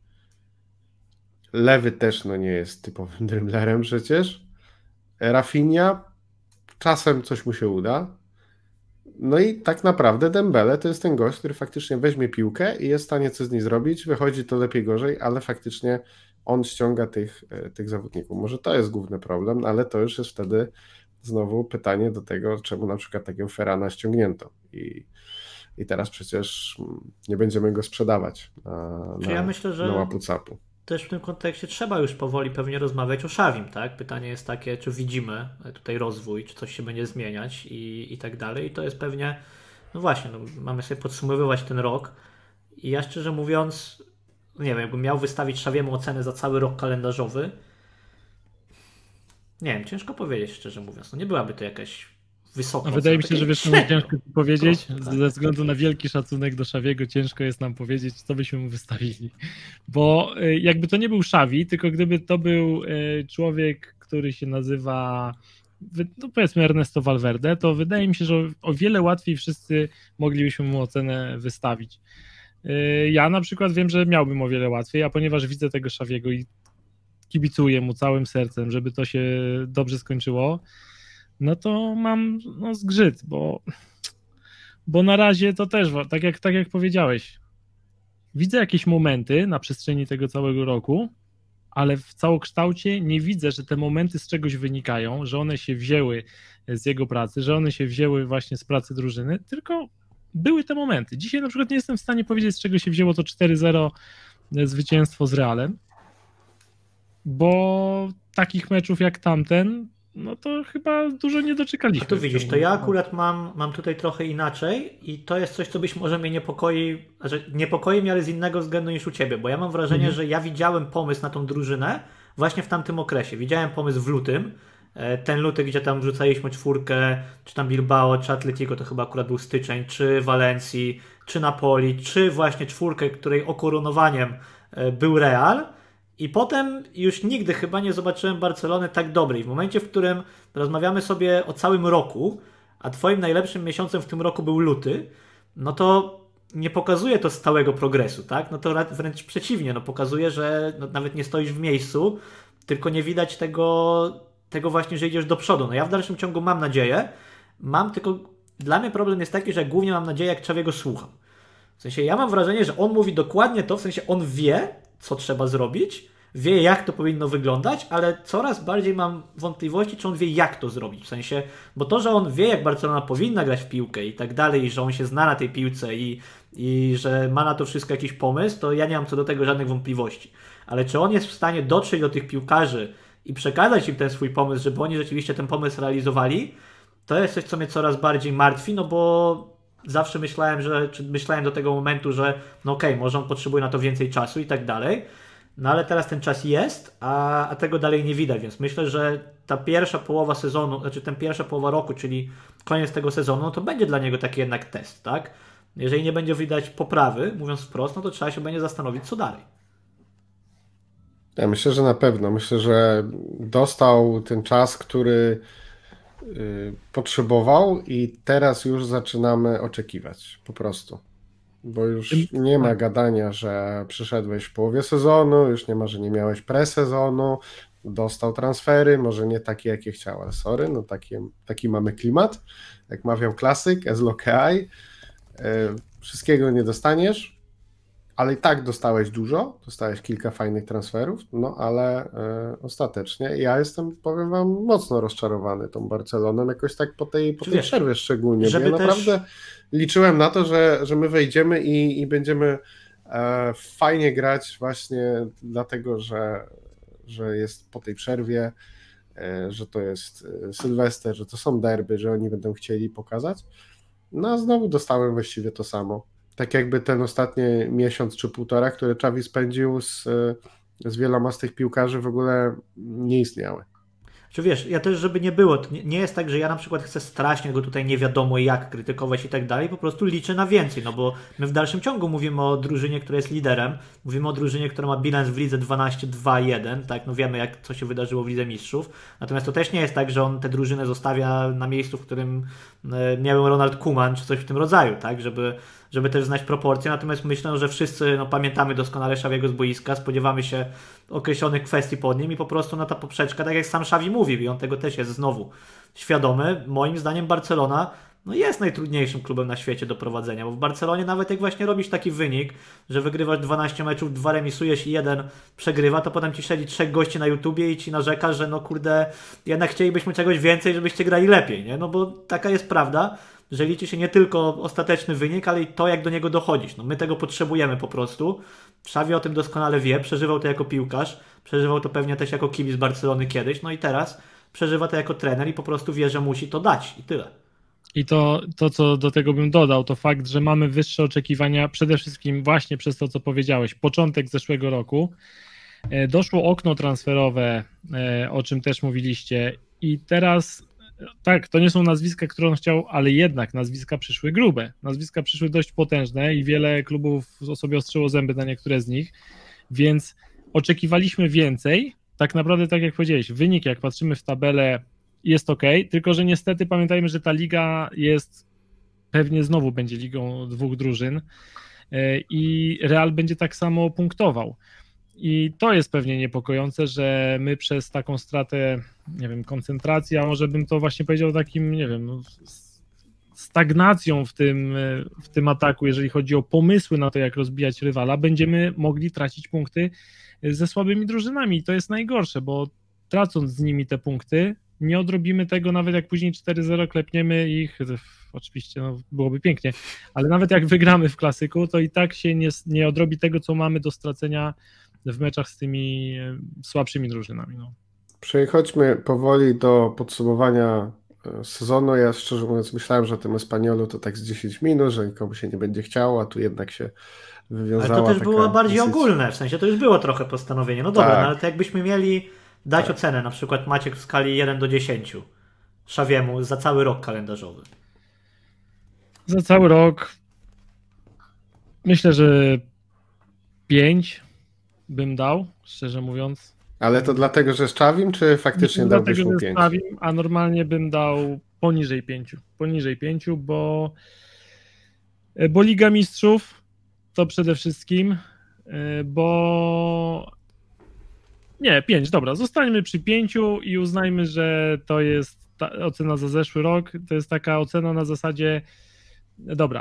Lewy też no nie jest typowym dribblerem przecież. Rafinha czasem coś mu się uda. No i tak naprawdę Dembele to jest ten gość, który faktycznie weźmie piłkę i jest w stanie coś z niej zrobić. Wychodzi to lepiej gorzej, ale faktycznie on ściąga tych, tych zawodników. Może to jest główny problem, ale to już jest wtedy znowu pytanie do tego, czemu na przykład takiego Ferrana ściągnięto. I I teraz przecież nie będziemy go sprzedawać na, na, ja myślę, że na łapu-capu. Też w tym kontekście trzeba już powoli pewnie rozmawiać o Xavim, tak? Pytanie jest takie, czy widzimy tutaj rozwój, czy coś się będzie zmieniać i, i tak dalej. I to jest pewnie, no właśnie, no, mamy sobie podsumowywać ten rok i ja szczerze mówiąc, nie wiem, jakbym miał wystawić Xaviemu ocenę za cały rok kalendarzowy, nie wiem, ciężko powiedzieć szczerze mówiąc, no nie byłaby to jakaś wysoka. A wydaje mi się, że wiesz, no, ciężko powiedzieć, Prosto, tak. ze względu na wielki szacunek do Xaviego, ciężko jest nam powiedzieć, co byśmy mu wystawili. Bo jakby to nie był Xavi, tylko gdyby to był człowiek, który się nazywa, no powiedzmy Ernesto Valverde, to wydaje mi się, że o wiele łatwiej wszyscy moglibyśmy mu ocenę wystawić. Ja na przykład wiem, że miałbym o wiele łatwiej, a ponieważ widzę tego Xaviego i kibicuję mu całym sercem, żeby to się dobrze skończyło, no to mam no, zgrzyt, bo, bo na razie to też, tak jak, tak jak powiedziałeś, widzę jakieś momenty na przestrzeni tego całego roku, ale w całokształcie nie widzę, że te momenty z czegoś wynikają, że one się wzięły z jego pracy, że one się wzięły właśnie z pracy drużyny, tylko były te momenty. Dzisiaj na przykład nie jestem w stanie powiedzieć, z czego się wzięło to cztery zero zwycięstwo z Realem, bo takich meczów jak tamten, no to chyba dużo nie doczekaliśmy. A tu widzisz, to ja akurat mam, mam tutaj trochę inaczej i to jest coś, co być może mnie niepokoi, znaczy niepokoi mnie, ale z innego względu niż u Ciebie, bo ja mam wrażenie, mhm. że ja widziałem pomysł na tą drużynę właśnie w tamtym okresie. Widziałem pomysł w lutym, ten luty, gdzie tam wrzucaliśmy czwórkę, czy tam Bilbao, czy Atletico, to chyba akurat był styczeń, czy Walencji, czy Napoli, czy właśnie czwórkę, której okoronowaniem był Real. I potem już nigdy chyba nie zobaczyłem Barcelony tak dobrej. W momencie, w którym rozmawiamy sobie o całym roku, a twoim najlepszym miesiącem w tym roku był luty, no to nie pokazuje to stałego progresu, tak? No to wręcz przeciwnie, no pokazuje, że no nawet nie stoisz w miejscu, tylko nie widać tego, tego właśnie, że idziesz do przodu. No ja w dalszym ciągu mam nadzieję, mam tylko, dla mnie problem jest taki, że głównie mam nadzieję, jak Xaviego słucham. W sensie ja mam wrażenie, że on mówi dokładnie to, w sensie on wie, co trzeba zrobić, wie jak to powinno wyglądać, ale coraz bardziej mam wątpliwości, czy on wie jak to zrobić, w sensie, bo to, że on wie jak Barcelona powinna grać w piłkę i tak dalej, i że on się zna na tej piłce i, i że ma na to wszystko jakiś pomysł, to ja nie mam co do tego żadnych wątpliwości, ale czy on jest w stanie dotrzeć do tych piłkarzy i przekazać im ten swój pomysł, żeby oni rzeczywiście ten pomysł realizowali, to jest coś, co mnie coraz bardziej martwi, no bo zawsze myślałem, że, czy myślałem do tego momentu, że no okej, okay, może on potrzebuje na to więcej czasu i tak dalej, no ale teraz ten czas jest, a, a tego dalej nie widać, więc myślę, że ta pierwsza połowa sezonu, znaczy ten pierwsza połowa roku, czyli koniec tego sezonu, no to będzie dla niego taki jednak test, tak? Jeżeli nie będzie widać poprawy, mówiąc wprost, no to trzeba się będzie zastanowić, co dalej. Ja myślę, że na pewno. Myślę, że dostał ten czas, który y, potrzebował i teraz już zaczynamy oczekiwać po prostu. Bo już nie ma gadania, że przyszedłeś w połowie sezonu, już nie ma, że nie miałeś presezonu, dostał transfery, może nie takie, jakie chciał, ale sorry, no taki, taki mamy klimat. Jak mawiał klasyk, as lokaj, y, wszystkiego nie dostaniesz, ale i tak dostałeś dużo, dostałeś kilka fajnych transferów, no ale y, ostatecznie ja jestem, powiem wam, mocno rozczarowany tą Barceloną, jakoś tak po tej, po tej Wiesz, przerwie szczególnie, bo ja żeby naprawdę też... liczyłem na to, że, że my wejdziemy i, i będziemy e, fajnie grać właśnie dlatego, że, że jest po tej przerwie, e, że to jest Sylwester, że to są derby, że oni będą chcieli pokazać, no a znowu dostałem właściwie to samo. Tak jakby ten ostatni miesiąc czy półtora, który Xavi spędził z, z wieloma z tych piłkarzy, w ogóle nie istniały. Czy wiesz, ja też, żeby nie było, to nie, nie jest tak, że ja na przykład chcę strasznie go tutaj nie wiadomo jak krytykować i tak dalej, po prostu liczę na więcej, no bo my w dalszym ciągu mówimy o drużynie, która jest liderem, mówimy o drużynie, która ma bilans w lidze dwanaście dwa jeden, tak, no wiemy jak co się wydarzyło w Lidze Mistrzów, natomiast to też nie jest tak, że on tę drużynę zostawia na miejscu, w którym e, miał Ronald Koeman, czy coś w tym rodzaju, tak, żeby żeby też znać proporcje, natomiast myślę, że wszyscy no, pamiętamy doskonale Xaviego z boiska, spodziewamy się określonych kwestii pod nim i po prostu no, ta poprzeczka, tak jak sam Xavi mówił i on tego też jest znowu świadomy, moim zdaniem Barcelona no, jest najtrudniejszym klubem na świecie do prowadzenia, bo w Barcelonie nawet jak właśnie robisz taki wynik, że wygrywasz dwanaście meczów, dwa remisujesz i jeden przegrywa, to potem ci siedzi trzech gości na YouTubie i ci narzeka, że no kurde, jednak chcielibyśmy czegoś więcej, żebyście grali lepiej, nie? No bo taka jest prawda, że liczy się nie tylko ostateczny wynik, ale i to, jak do niego dochodzisz. No my tego potrzebujemy po prostu. Xavi o tym doskonale wie, przeżywał to jako piłkarz, przeżywał to pewnie też jako kibic Barcelony kiedyś, no i teraz przeżywa to jako trener i po prostu wie, że musi to dać i tyle. I to, to, co do tego bym dodał, to fakt, że mamy wyższe oczekiwania przede wszystkim właśnie przez to, co powiedziałeś, początek zeszłego roku. Doszło okno transferowe, o czym też mówiliście i teraz tak, to nie są nazwiska, które on chciał, ale jednak nazwiska przyszły grube, nazwiska przyszły dość potężne i wiele klubów sobie ostrzyło zęby na niektóre z nich, więc oczekiwaliśmy więcej, tak naprawdę tak jak powiedziałeś, wynik jak patrzymy w tabelę jest ok, tylko że niestety pamiętajmy, że ta liga jest, pewnie znowu będzie ligą dwóch drużyn i Real będzie tak samo punktował. I to jest pewnie niepokojące, że my przez taką stratę, nie wiem, koncentracji, a może bym to właśnie powiedział takim, nie wiem, stagnacją w tym, w tym ataku, jeżeli chodzi o pomysły na to, jak rozbijać rywala, będziemy mogli tracić punkty ze słabymi drużynami. I to jest najgorsze, bo tracąc z nimi te punkty, nie odrobimy tego, nawet jak później cztery zero klepniemy ich, oczywiście no, byłoby pięknie, ale nawet jak wygramy w klasyku, to i tak się nie, nie odrobi tego, co mamy do stracenia w meczach z tymi słabszymi drużynami. No. Przechodźmy powoli do podsumowania sezonu. Ja szczerze mówiąc myślałem, że tym Espaniolu to tak z dziesięć minut, że nikomu się nie będzie chciało, a tu jednak się wywiązała. Ale to też taka było bardziej dosyć... ogólne, w sensie to już było trochę postanowienie. No dobra, tak. No, ale to jakbyśmy mieli dać tak. ocenę, na przykład Maciek w skali jeden do dziesięciu Xaviemu za cały rok kalendarzowy. Za cały rok myślę, że pięć bym dał, szczerze mówiąc. Ale to dlatego, że z Xavim, czy faktycznie Myślę, dałbyś dlatego, mu że pięć? z Xavim, a normalnie bym dał poniżej pięciu. Poniżej pięciu, bo, bo Liga Mistrzów to przede wszystkim, bo nie, pięć, dobra, zostańmy przy pięciu i uznajmy, że to jest ta ocena za zeszły rok, to jest taka ocena na zasadzie, dobra,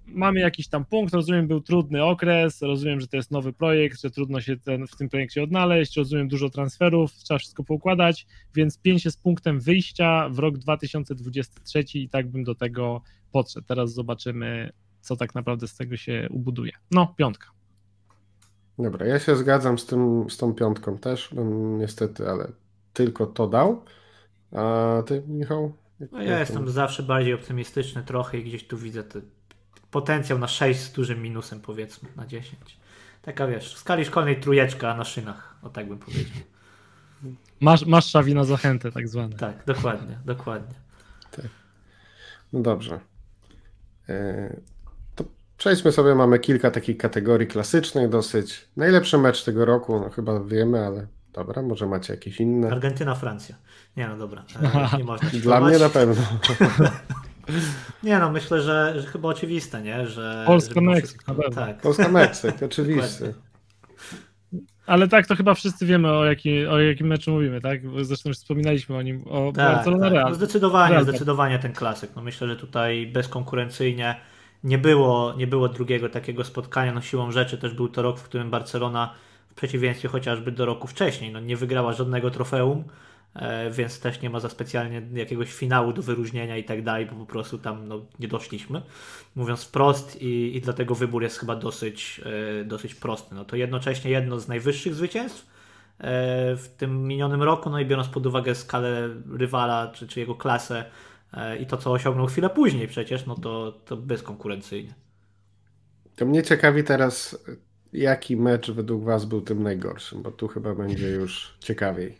mamy jakiś tam punkt, rozumiem, był trudny okres, rozumiem, że to jest nowy projekt, że trudno się ten, w tym projekcie odnaleźć, rozumiem, dużo transferów, trzeba wszystko poukładać, więc pięć jest punktem wyjścia w rok dwa tysiące dwudziesty trzeci i tak bym do tego podszedł. Teraz zobaczymy, co tak naprawdę z tego się ubuduje. No, piątka. Dobra, ja się zgadzam z tym, z tą piątką też, bym niestety, ale tylko to dał. A ty, Michał? No ja jestem zawsze bardziej optymistyczny trochę i gdzieś tu widzę ten potencjał na sześć z dużym minusem, powiedzmy, na dziesięć. Taka, wiesz, w skali szkolnej trójeczka na szynach, o tak bym powiedział. Masz, masz szawi na zachętę tak zwane. Tak, dokładnie, dokładnie. Tak. No dobrze. E, to przejdźmy sobie, mamy kilka takich kategorii klasycznych dosyć. Najlepszy mecz tego roku, no chyba wiemy, ale dobra, może macie jakieś inne. Argentyna, Francja. Nie no dobra, e, nie można Dla citować. mnie na pewno. Nie no, myślę, że, że chyba oczywiste, nie? Że Polska, że mimo Meksyk, wszystko- na pewno. Tak, Polska Meksyk, oczywiście. Ale tak, to chyba wszyscy wiemy, o, jaki, o jakim meczu mówimy, tak? Bo zresztą już wspominaliśmy o nim, o tak, Barcelona tak. Real. No zdecydowanie, Real. zdecydowanie ten klasyk. No myślę, że tutaj bezkonkurencyjnie nie było, nie było drugiego takiego spotkania. No siłą rzeczy też był to rok, w którym Barcelona w przeciwieństwie chociażby do roku wcześniej, no nie wygrała żadnego trofeum, e, więc też nie ma za specjalnie jakiegoś finału do wyróżnienia i tak dalej, bo po prostu tam no, nie doszliśmy, mówiąc wprost i, i dlatego wybór jest chyba dosyć, e, dosyć prosty. No to jednocześnie jedno z najwyższych zwycięstw e, w tym minionym roku, no i biorąc pod uwagę skalę rywala, czy, czy jego klasę e, i to, co osiągnął chwilę później przecież, no to, to bezkonkurencyjnie. To mnie ciekawi teraz, jaki mecz według was był tym najgorszym, bo tu chyba będzie już ciekawiej.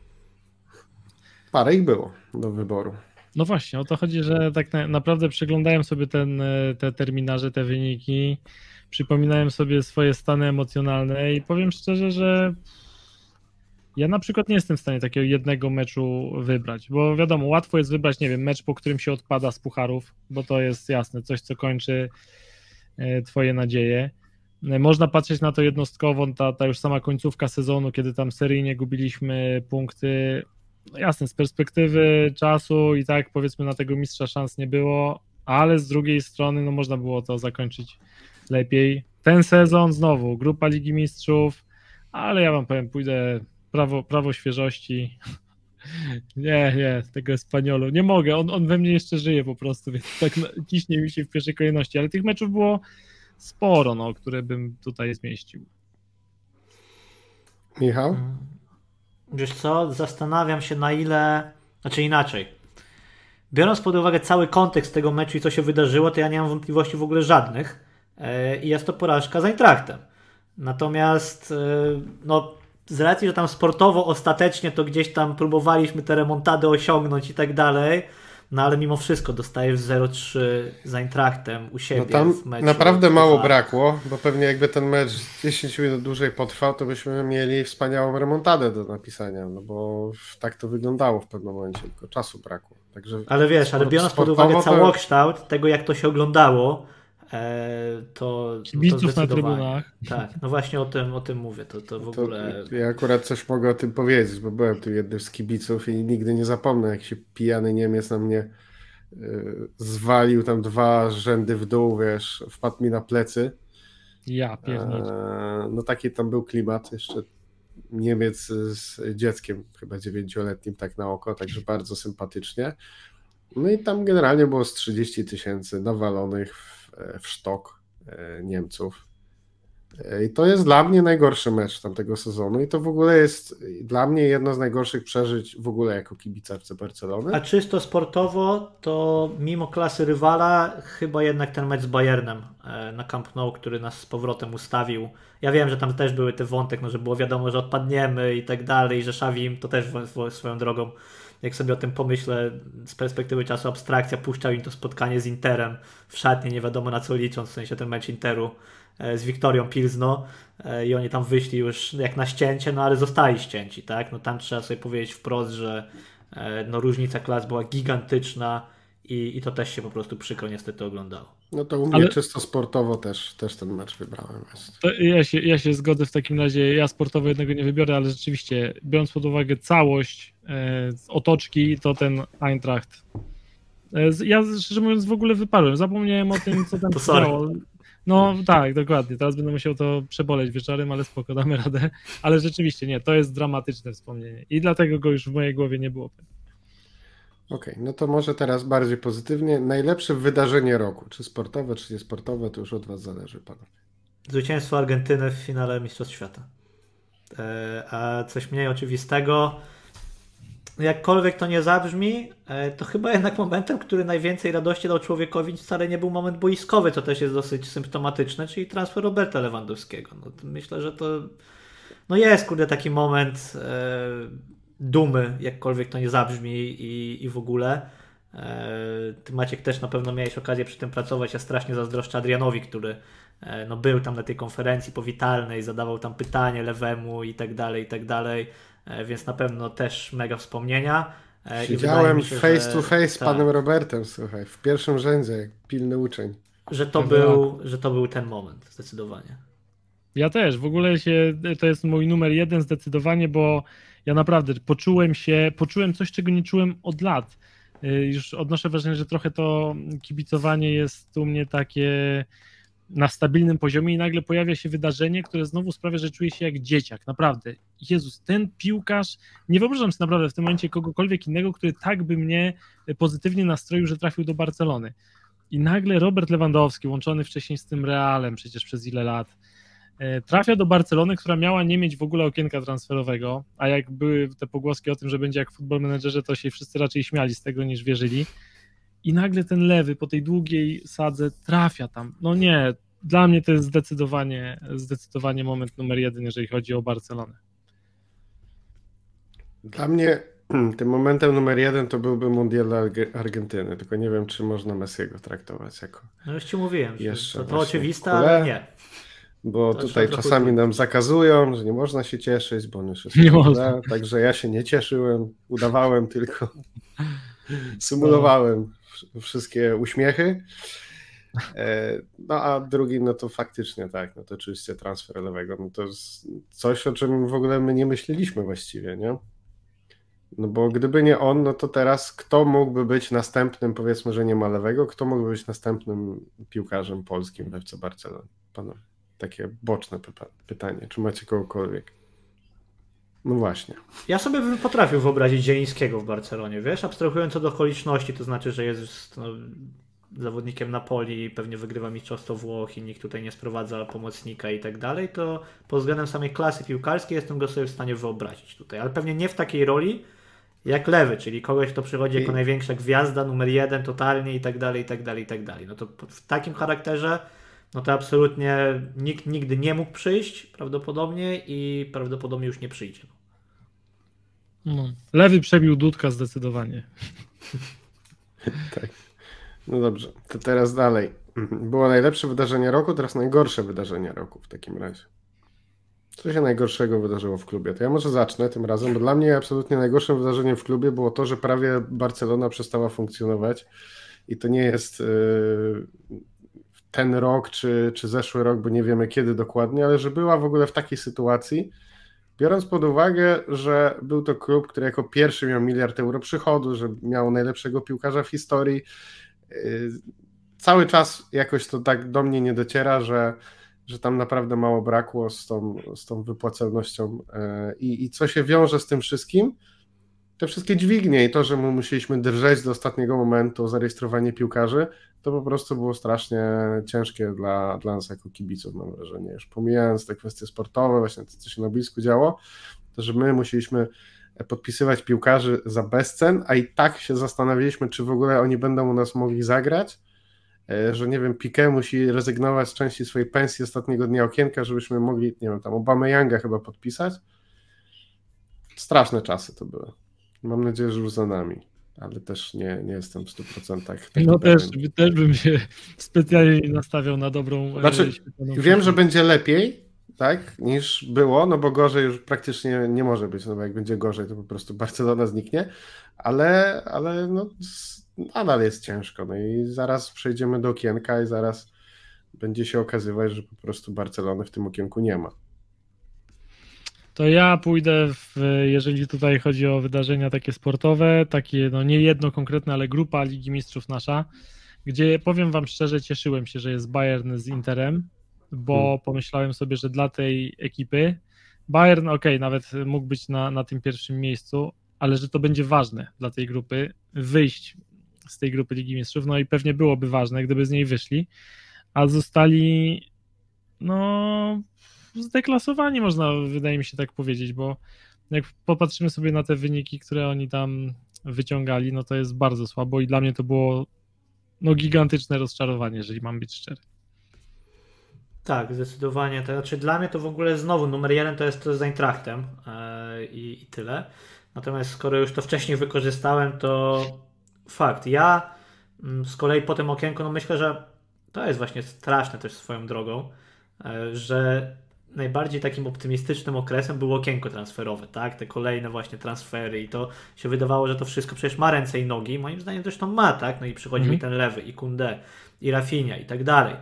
Parę ich było do wyboru. No właśnie, o to chodzi, że tak na, naprawdę przeglądałem sobie ten, e, te terminarze, te wyniki, przypominałem sobie swoje stany emocjonalne i powiem szczerze, że ja na przykład nie jestem w stanie takiego jednego meczu wybrać, bo wiadomo, łatwo jest wybrać, nie wiem, mecz, po którym się odpada z pucharów, bo to jest jasne, coś, co kończy e, twoje nadzieje. E, Można patrzeć na to jednostkowo, ta, ta już sama końcówka sezonu, kiedy tam seryjnie gubiliśmy punkty. No jasne, z perspektywy czasu i tak powiedzmy na tego mistrza szans nie było, ale z drugiej strony no można było to zakończyć lepiej. Ten sezon znowu, grupa Ligi Mistrzów, ale ja wam powiem, pójdę prawo, prawo świeżości. Nie, nie, tego Espaniolu. Nie mogę, on, on we mnie jeszcze żyje po prostu, więc tak na- ciśnie mi się w pierwszej kolejności, ale tych meczów było sporo, no, które bym tutaj zmieścił. Michał? Wiesz co, zastanawiam się na ile, znaczy inaczej. Biorąc pod uwagę cały kontekst tego meczu i co się wydarzyło, to ja nie mam wątpliwości w ogóle żadnych. E, I jest to porażka z Eintrachtem. Natomiast e, no, z racji, że tam sportowo ostatecznie to gdzieś tam próbowaliśmy te remontady osiągnąć i tak dalej, no ale mimo wszystko dostajesz zero trzy z Eintrachtem u siebie No tam w meczu. naprawdę mało Pucharu. brakło, bo pewnie jakby ten mecz dziesięć minut dłużej potrwał, to byśmy mieli wspaniałą remontadę do napisania, no bo tak to wyglądało w pewnym momencie, tylko czasu brakło. Także Ale wiesz, ale sport- biorąc pod sportowo uwagę to- całokształt tego, jak to się oglądało, e, to, no to Kibiców na zdecydowanie. trybunach. Tak, no właśnie o tym, o tym mówię. To, to w To ogóle. ja akurat coś mogę o tym powiedzieć, bo byłem tu jednym z kibiców i nigdy nie zapomnę, jak się pijany Niemiec na mnie y, zwalił tam dwa rzędy w dół, wiesz, wpadł mi na plecy. Ja pierniczę. E, No taki tam był klimat, jeszcze Niemiec z dzieckiem, chyba dziewięcioletnim tak na oko, także bardzo sympatycznie. No i tam generalnie było z trzydzieści tysięcy nawalonych w, w sztok e, Niemców. E, I to jest dla mnie najgorszy mecz tamtego sezonu i to w ogóle jest dla mnie jedno z najgorszych przeżyć w ogóle jako kibica F C Barcelony. A czysto sportowo, to mimo klasy rywala, chyba jednak ten mecz z Bayernem e, na Camp Nou, który nas z powrotem ustawił. Ja wiem, że tam też były te wątek, no, że było wiadomo, że odpadniemy i tak dalej, że Xavi im to też w- w- swoją drogą, jak sobie o tym pomyślę, z perspektywy czasu abstrakcja, puszczał im to spotkanie z Interem w szatni, nie wiadomo na co licząc, w sensie ten mecz Interu e, z Wiktorią Pilzno e, i oni tam wyszli już jak na ścięcie, no ale zostali ścięci, tak? No tam trzeba sobie powiedzieć wprost, że e, no różnica klas była gigantyczna i, i to też się po prostu przykro niestety oglądało. No to u mnie Ale- czysto sportowo też, też ten mecz wybrałem. Jest. To ja, się, ja się zgodzę w takim razie, ja sportowo jednego nie wybiorę, ale rzeczywiście, biorąc pod uwagę całość e, z otoczki, to ten Eintracht Ja szczerze mówiąc w ogóle wyparłem, zapomniałem o tym, co tam To się sorry. działo. No tak, dokładnie, teraz będę musiał to przeboleć wieczorem, ale spoko, damy radę. Ale rzeczywiście nie, to jest dramatyczne wspomnienie i dlatego go już w mojej głowie nie było. Okej, no to może teraz bardziej pozytywnie. Najlepsze wydarzenie roku, czy sportowe, czy niesportowe, to już od was zależy, panowie. Zwycięstwo Argentyny w finale Mistrzostw Świata. E, a coś mniej oczywistego, jakkolwiek to nie zabrzmi, e, to chyba jednak momentem, który najwięcej radości dał człowiekowi, wcale nie był moment boiskowy, co też jest dosyć symptomatyczne, czyli transfer Roberta Lewandowskiego. No, to myślę, że to no jest, kurde, taki moment e, dumy, jakkolwiek to nie zabrzmi i, i w ogóle. E, ty, Maciek, też na pewno miałeś okazję przy tym pracować. Ja strasznie zazdroszczę Adrianowi, który e, no, był tam na tej konferencji powitalnej, zadawał tam pytanie Lewemu i tak dalej, i tak dalej. E, więc na pewno też mega wspomnienia. E, i wydaje Siedziałem mi się, face że- to face z tak, panem Robertem, słuchaj, w pierwszym rzędzie, jak pilny uczeń. że to, był, że to był ten moment, zdecydowanie. Ja też, w ogóle się, to jest mój numer jeden zdecydowanie, bo ja naprawdę poczułem się, poczułem coś, czego nie czułem od lat. Y, Już odnoszę wrażenie, że trochę to kibicowanie jest u mnie takie na stabilnym poziomie i nagle pojawia się wydarzenie, które znowu sprawia, że czuję się jak dzieciak, naprawdę. Jezus, ten piłkarz, nie wyobrażam sobie naprawdę w tym momencie kogokolwiek innego, który tak by mnie pozytywnie nastroił, że trafił do Barcelony. I nagle Robert Lewandowski, łączony wcześniej z tym Realem przecież przez ile lat, trafia do Barcelony, która miała nie mieć w ogóle okienka transferowego, a jak były te pogłoski o tym, że będzie jak w Football Managerze, to się wszyscy raczej śmiali z tego niż wierzyli. I nagle ten lewy po tej długiej sadze trafia tam. No nie, dla mnie to jest zdecydowanie, zdecydowanie moment numer jeden, jeżeli chodzi o Barcelonę. Dla mnie tym momentem numer jeden to byłby Mundial dla Arge- Argentyny, tylko nie wiem, czy można Messiego traktować jako... No już ci mówiłem, że Jeszcze to, to właśnie oczywiste, kule. ale nie. Bo To tutaj trzeba czasami trochę nam zakazują, że nie można się cieszyć, bo on już jest Nie prawda? można. Także ja się nie cieszyłem, udawałem tylko, symulowałem wsz- wszystkie uśmiechy. E, No a drugi, no to faktycznie tak, no to oczywiście transfer lewego, no to jest coś, o czym w ogóle my nie myśleliśmy właściwie, nie? No bo gdyby nie on, no to teraz kto mógłby być następnym, powiedzmy, że nie ma lewego, kto mógłby być następnym piłkarzem polskim w F C Barcelony? Panowie, takie boczne pyta- pytanie, czy macie kogokolwiek? No właśnie. Ja sobie bym potrafił wyobrazić Zielińskiego w Barcelonie, wiesz, abstrahując od okoliczności, to znaczy, że jest no, zawodnikiem Napoli, pewnie wygrywa Mistrzostwo Włoch i nikt tutaj nie sprowadza pomocnika i tak dalej, to pod względem samej klasy piłkarskiej jestem go sobie w stanie wyobrazić tutaj, ale pewnie nie w takiej roli jak lewy, czyli kogoś, kto przychodzi jako I- największa gwiazda, numer jeden totalnie i tak dalej, i tak dalej, i tak dalej. No to w takim charakterze, no to absolutnie nikt nigdy nie mógł przyjść prawdopodobnie i prawdopodobnie już nie przyjdzie. No. Lewy przebił Dudka zdecydowanie. Tak. No dobrze, to teraz dalej. Było najlepsze wydarzenie roku, teraz najgorsze wydarzenie roku w takim razie. Co się najgorszego wydarzyło w klubie? To ja może zacznę tym razem, bo dla mnie absolutnie najgorszym wydarzeniem w klubie było to, że prawie Barcelona przestała funkcjonować i to nie jest yy, ten rok czy, czy zeszły rok, bo nie wiemy kiedy dokładnie, ale że była w ogóle w takiej sytuacji, biorąc pod uwagę, że był to klub, który jako pierwszy miał miliard euro przychodu, że miał najlepszego piłkarza w historii. Yy, cały czas jakoś to tak do mnie nie dociera, że że tam naprawdę mało brakło z tą, z tą wypłacalnością I, i co się wiąże z tym wszystkim, te wszystkie dźwignie i to, że my musieliśmy drżeć do ostatniego momentu o zarejestrowanie piłkarzy, to po prostu było strasznie ciężkie dla, dla nas jako kibiców, mam wrażenie. Już pomijając te kwestie sportowe, właśnie to, co się na boisku działo, to, że my musieliśmy podpisywać piłkarzy za bezcen, a i tak się zastanawialiśmy, czy w ogóle oni będą u nas mogli zagrać, że nie wiem, Piqué musi rezygnować z części swojej pensji ostatniego dnia okienka, żebyśmy mogli, nie wiem, tam Aubameyanga chyba podpisać. Straszne czasy to były. Mam nadzieję, że już za nami, ale też nie, nie jestem w stu procentach. No też, też bym się specjalnie nie nastawiał na dobrą... Znaczy, wiem, że będzie lepiej, tak, niż było, no bo gorzej już praktycznie nie może być, no bo jak będzie gorzej, to po prostu Barcelona zniknie, ale, ale no nadal jest ciężko, no i zaraz przejdziemy do okienka i zaraz będzie się okazywać, że po prostu Barcelony w tym okienku nie ma. To ja pójdę, w, jeżeli tutaj chodzi o wydarzenia takie sportowe, takie no nie jedno konkretne, ale grupa Ligi Mistrzów nasza, gdzie powiem wam szczerze, cieszyłem się, że jest Bayern z Interem, bo hmm. pomyślałem sobie, że dla tej ekipy Bayern, okej, okay, nawet mógł być na, na tym pierwszym miejscu, ale że to będzie ważne dla tej grupy, wyjść z tej grupy Ligi Mistrzów, no i pewnie byłoby ważne, gdyby z niej wyszli, a zostali no zdeklasowani, można, wydaje mi się tak powiedzieć, bo jak popatrzymy sobie na te wyniki, które oni tam wyciągali, no to jest bardzo słabo i dla mnie to było no gigantyczne rozczarowanie, jeżeli mam być szczery. Tak, zdecydowanie. To znaczy dla mnie to w ogóle znowu numer jeden to jest to z Eintrachtem yy, i, i tyle. Natomiast skoro już to wcześniej wykorzystałem, to fakt. Ja yy, z kolei po tym okienku, no myślę, że to jest właśnie straszne też swoją drogą, yy, że najbardziej takim optymistycznym okresem było okienko transferowe, tak? Te kolejne właśnie transfery i to się wydawało, że to wszystko przecież ma ręce i nogi. Moim zdaniem zresztą ma, tak? No i przychodzi mm-hmm. mi ten lewy i Koundé i Rafinha i tak dalej.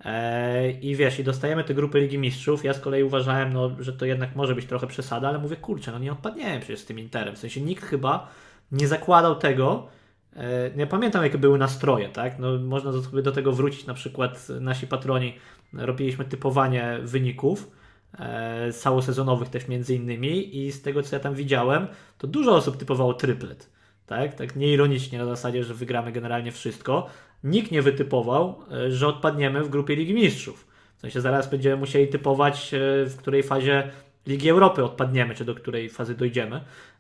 I wiesz, i dostajemy te grupy Ligi Mistrzów. Ja z kolei uważałem, no, że to jednak może być trochę przesada, ale mówię, kurczę, no nie odpadniemy przecież z tym Interem. W sensie nikt chyba nie zakładał tego. Nie pamiętam, jakie były nastroje, tak? No, można sobie do tego wrócić, na przykład nasi patroni robiliśmy typowanie wyników e, całosezonowych też między innymi i z tego, co ja tam widziałem, to dużo osób typowało triplet, tak? Tak nieironicznie na zasadzie, że wygramy generalnie wszystko. Nikt nie wytypował, że odpadniemy w grupie Ligi Mistrzów. W sensie zaraz będziemy musieli typować, w której fazie Ligi Europy odpadniemy, czy do której fazy dojdziemy,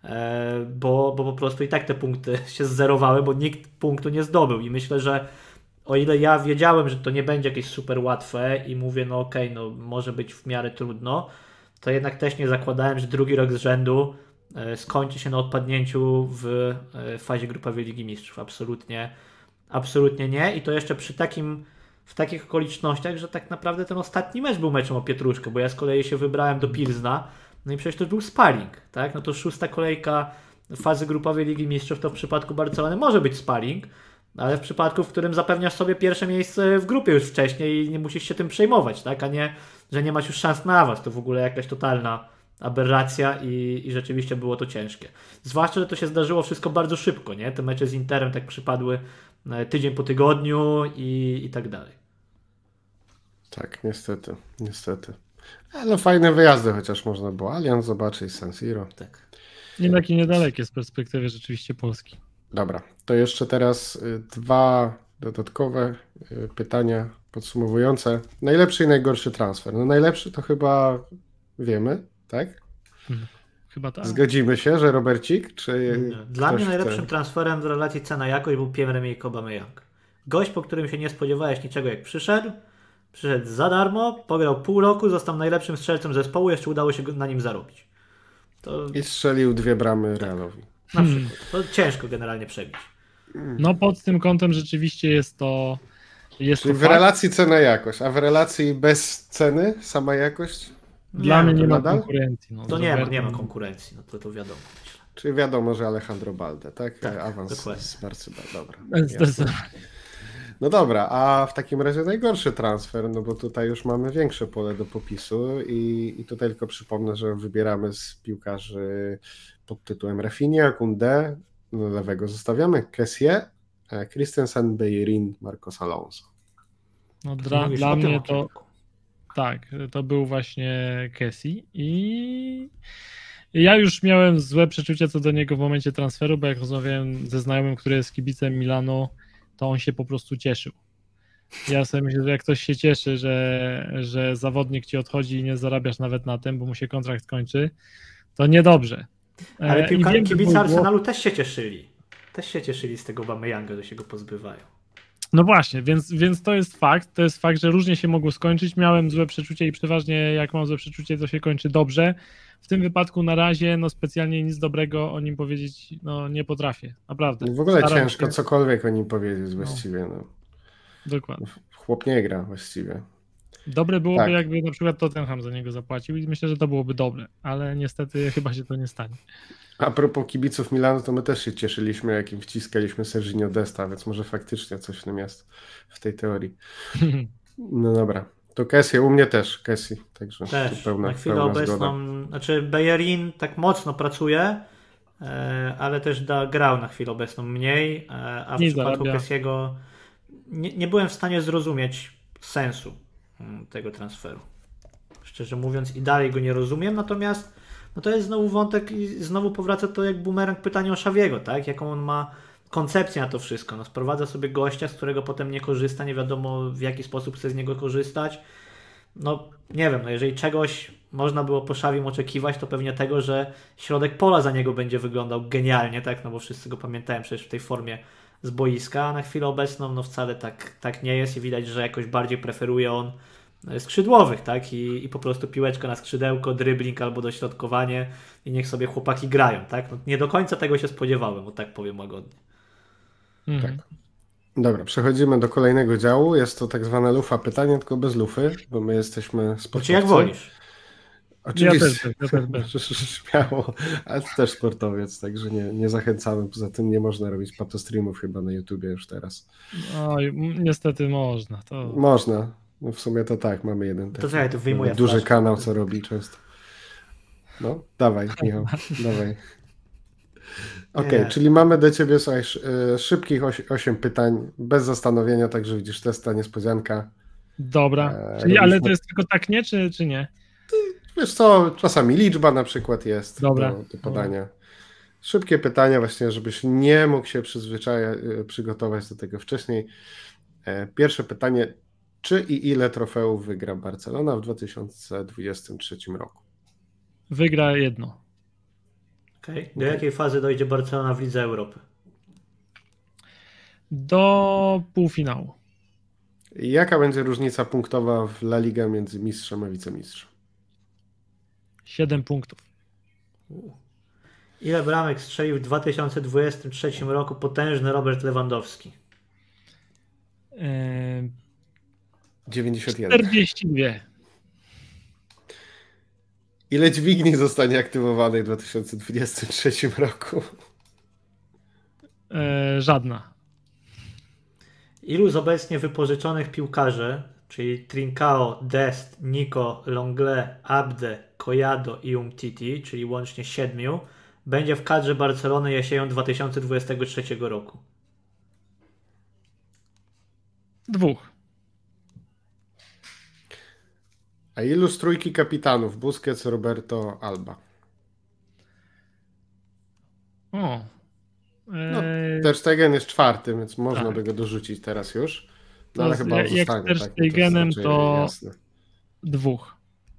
bo, bo po prostu i tak te punkty się zzerowały, bo nikt punktu nie zdobył i myślę, że o ile ja wiedziałem, że to nie będzie jakieś super łatwe i mówię, no okej, okay, no może być w miarę trudno, to jednak też nie zakładałem, że drugi rok z rzędu skończy się na odpadnięciu w fazie grupowej Ligi Mistrzów. Absolutnie Absolutnie nie. I to jeszcze przy takim, w takich okolicznościach, że tak naprawdę ten ostatni mecz był meczem o pietruszkę, bo ja z kolei się wybrałem do Pilzna, no i przecież to był sparring, tak? No to szósta kolejka fazy grupowej Ligi Mistrzów to w przypadku Barcelony może być sparring, ale w przypadku, w którym zapewniasz sobie pierwsze miejsce w grupie już wcześniej i nie musisz się tym przejmować, tak? A nie, że nie masz już szans na awans. To w ogóle jakaś totalna aberracja i, i rzeczywiście było to ciężkie. Zwłaszcza, że to się zdarzyło wszystko bardzo szybko, nie? Te mecze z Interem tak przypadły tydzień po tygodniu i, i tak dalej. Tak, niestety, niestety. Ale fajne wyjazdy chociaż można było. Allianz zobaczyć, San Siro. Tak. Nie takie niedalekie z perspektywy rzeczywiście Polski. Dobra, to jeszcze teraz dwa dodatkowe pytania podsumowujące. Najlepszy i najgorszy transfer. No najlepszy to chyba wiemy, tak? Hmm. Chyba tak. Zgodzimy się, że Robercik? Czy Dla mnie najlepszym chce... transferem w relacji cena-jakość był Pierre-Emerick Aubameyang. Gość, po którym się nie spodziewałeś niczego jak przyszedł. Przyszedł za darmo, pograł pół roku, został najlepszym strzelcem zespołu, jeszcze udało się na nim zarobić. To... I strzelił dwie bramy Realowi. Na przykład. To ciężko generalnie przebić. No pod tym kątem rzeczywiście jest to... Jest Czyli to w relacji cena-jakość, a w relacji bez ceny sama jakość? Dla mnie nie ma nadal? konkurencji. No, to nie ma, nie ma konkurencji, no to, to wiadomo. Czyli wiadomo, że Alejandro Balde, tak? tak Awans dokładnie. z Barcelony. Dobra. No dobra, a w takim razie najgorszy transfer, no bo tutaj już mamy większe pole do popisu i, i tutaj tylko przypomnę, że wybieramy z piłkarzy pod tytułem Rafinha, Koundé, no lewego zostawiamy, Kessie, Christensen, Bellerin, Marcos Alonso. No dla, dla mnie to tak, to był właśnie Kessie i ja już miałem złe przeczucia co do niego w momencie transferu, bo jak rozmawiałem ze znajomym, który jest kibicem Milanu, to on się po prostu cieszył. Ja sobie myślę, że jak ktoś się cieszy, że, że zawodnik ci odchodzi i nie zarabiasz nawet na tym, bo mu się kontrakt kończy, to niedobrze. Ale piłka, wiem, kibice Arsenalu też się cieszyli. Też się cieszyli z tego Aubameyanga, że się go pozbywają. No właśnie, więc, więc to jest fakt. To jest fakt, że różnie się mogło skończyć. Miałem złe przeczucie i przeważnie jak mam złe przeczucie, to się kończy dobrze. W tym wypadku na razie no specjalnie nic dobrego o nim powiedzieć no nie potrafię. Naprawdę. W ogóle Staram ciężko się... cokolwiek o nim powiedzieć właściwie. No. Dokładnie. Chłop nie gra właściwie. Dobre byłoby, tak. jakby na przykład Tottenham za niego zapłacił i myślę, że to byłoby dobre, ale niestety chyba się to nie stanie. A propos kibiców Milanu, to my też się cieszyliśmy, jak im wciskaliśmy Serginho Desta, więc może faktycznie coś w tym jest w tej teorii. No dobra, To Kessie, u mnie też Kessie, także Też, tu pełna, na chwilę pełna obecną, zgoda. znaczy Bellerin tak mocno pracuje, e, ale też da, grał na chwilę obecną mniej, e, a w Nie przypadku zarabia. Kessiego nie, nie byłem w stanie zrozumieć sensu mm, tego transferu. Szczerze mówiąc i dalej go nie rozumiem, natomiast no to jest znowu wątek i znowu powraca to jak bumerang pytanie o Xaviego, tak? Jaką on ma koncepcję na to wszystko. No, sprowadza sobie gościa, z którego potem nie korzysta, nie wiadomo w jaki sposób chce z niego korzystać. No nie wiem, no jeżeli czegoś można było po Xavim oczekiwać, to pewnie tego, że środek pola za niego będzie wyglądał genialnie, tak? No bo wszyscy go pamiętają przecież w tej formie z boiska, a na chwilę obecną no wcale tak, tak nie jest i widać, że jakoś bardziej preferuje on skrzydłowych, tak? I, i po prostu piłeczka na skrzydełko, dribbling albo dośrodkowanie i niech sobie chłopaki grają, tak? No, nie do końca tego się spodziewałem, bo tak powiem łagodnie. Mhm. Tak. Dobra, przechodzimy do kolejnego działu. Jest to tak zwana lufa pytania, tylko bez lufy, bo my jesteśmy sportowcy. Znaczy jak wolisz. Oczywiście, Ja też bez, ja też bez. śmiało, ale ty też sportowiec, także nie, nie zachęcamy. Poza tym nie można robić patostreamów chyba na YouTubie już teraz. Oj, m- niestety można. To... Można, no w sumie to tak, mamy jeden To taki czekaj, to wyjmuję duży flaszkę. kanał, co robi często. No, dawaj, Michał, dawaj. Okej, Nie. czyli mamy do ciebie słuchaj, sz- y, szybkich osiem pytań, bez zastanowienia, także widzisz, testa niespodzianka. Dobra. Eee, Czyli, ale robiliśmy- to jest tylko tak nie, czy, czy nie? Wiesz co, czasami liczba na przykład jest Dobra. do, do podania. Szybkie pytania właśnie, żebyś nie mógł się przyzwyczajać, y, przygotować do tego wcześniej. E, Pierwsze pytanie, czy i ile trofeów wygra Barcelona w dwa tysiące dwudziestym trzecim roku? Wygra jedno. Okay. Do jakiej fazy dojdzie Barcelona w Lidze Europy? Do półfinału. I jaka będzie różnica punktowa w La Liga między mistrzem a wicemistrzem? Siedem punktów. Ile bramek strzelił w dwa tysiące dwudziestym trzecim roku potężny Robert Lewandowski? Eee, dziewięćdziesiąt jeden. czterdzieści dwa. Ile dźwigni zostanie aktywowanej w dwa tysiące dwudziestym trzecim roku? Eee, żadna. Ilu z obecnie wypożyczonych piłkarzy, czyli Trincao, Dest, Nico, Longle, Abde, Collado i Umtiti, czyli łącznie siedmiu, będzie w kadrze Barcelony jesienią dwa tysiące dwudziestego trzeciego roku? Dwóch. A ilu z trójki kapitanów? Busquets, Roberto, Alba. O. No, Eee, Ter Stegen jest czwarty, więc można tak. by go dorzucić teraz już. No To ale z- chyba on jak- jak zostanie. z Ter Tak? No to jest Stegenem, raczej to- jasne. Dwóch.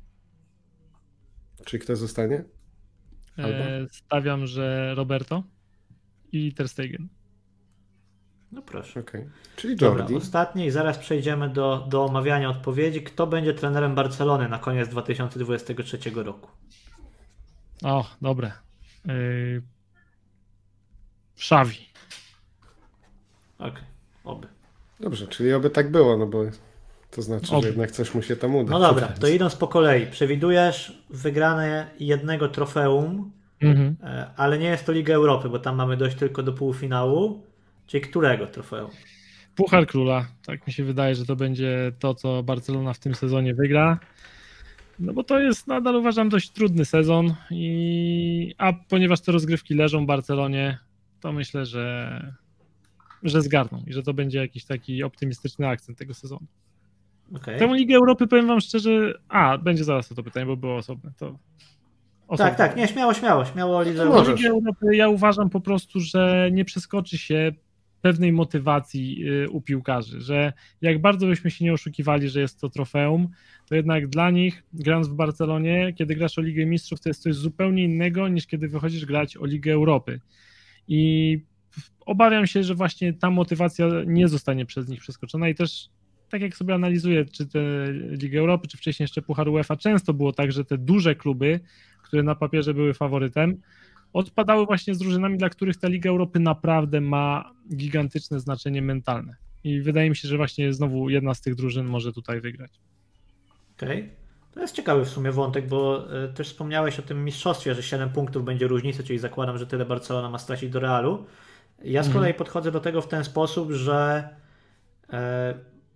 Czy kto zostanie? Alba? Eee, stawiam, że Roberto i Ter Stegen. No proszę. Okej. Czyli Dobra, Jordi. ostatnie i zaraz przejdziemy do, do omawiania odpowiedzi. Kto będzie trenerem Barcelony na koniec dwa tysiące dwudziestego trzeciego roku? O, dobre. Eee, Xavi. Okej, oby. Dobrze, czyli oby tak było, no bo to znaczy, Oby. że jednak coś mu się tam uda. No dobra, to idąc po kolei. Przewidujesz wygrane jednego trofeum, Mhm. e, ale nie jest to Liga Europy, bo tam mamy dojść tylko do półfinału. Czyli którego trofeum? Puchar Króla. Tak mi się wydaje, że to będzie to, co Barcelona w tym sezonie wygra. No bo to jest nadal, uważam, dość trudny sezon. I... A ponieważ te rozgrywki leżą w Barcelonie, to myślę, że, że zgarną i że to będzie jakiś taki optymistyczny akcent tego sezonu. Okay. Tę Ligę Europy, powiem wam szczerze, a, będzie zaraz to pytanie, bo było osobne. To osobne. Tak, tak, nie, śmiało, śmiało, śmiało o Lidze No Europy. możesz. Ligę Europy ja uważam po prostu, że nie przeskoczy się pewnej motywacji y, u piłkarzy, że jak bardzo byśmy się nie oszukiwali, że jest to trofeum, to jednak dla nich, grając w Barcelonie, kiedy grasz o Ligę Mistrzów, to jest coś zupełnie innego, niż kiedy wychodzisz grać o Ligę Europy. I obawiam się, że właśnie ta motywacja nie zostanie przez nich przeskoczona i też tak jak sobie analizuję, czy te Ligę Europy, czy wcześniej jeszcze Puchar UEFA, często było tak, że te duże kluby, które na papierze były faworytem, odpadały właśnie z drużynami, dla których ta Liga Europy naprawdę ma gigantyczne znaczenie mentalne. I wydaje mi się, że właśnie znowu jedna z tych drużyn może tutaj wygrać. Okej. Okay. To jest ciekawy w sumie wątek, bo y, też wspomniałeś o tym mistrzostwie, że siedem punktów będzie różnicy, czyli zakładam, że tyle Barcelona ma stracić do Realu. Ja z kolei podchodzę do tego w ten sposób, że y,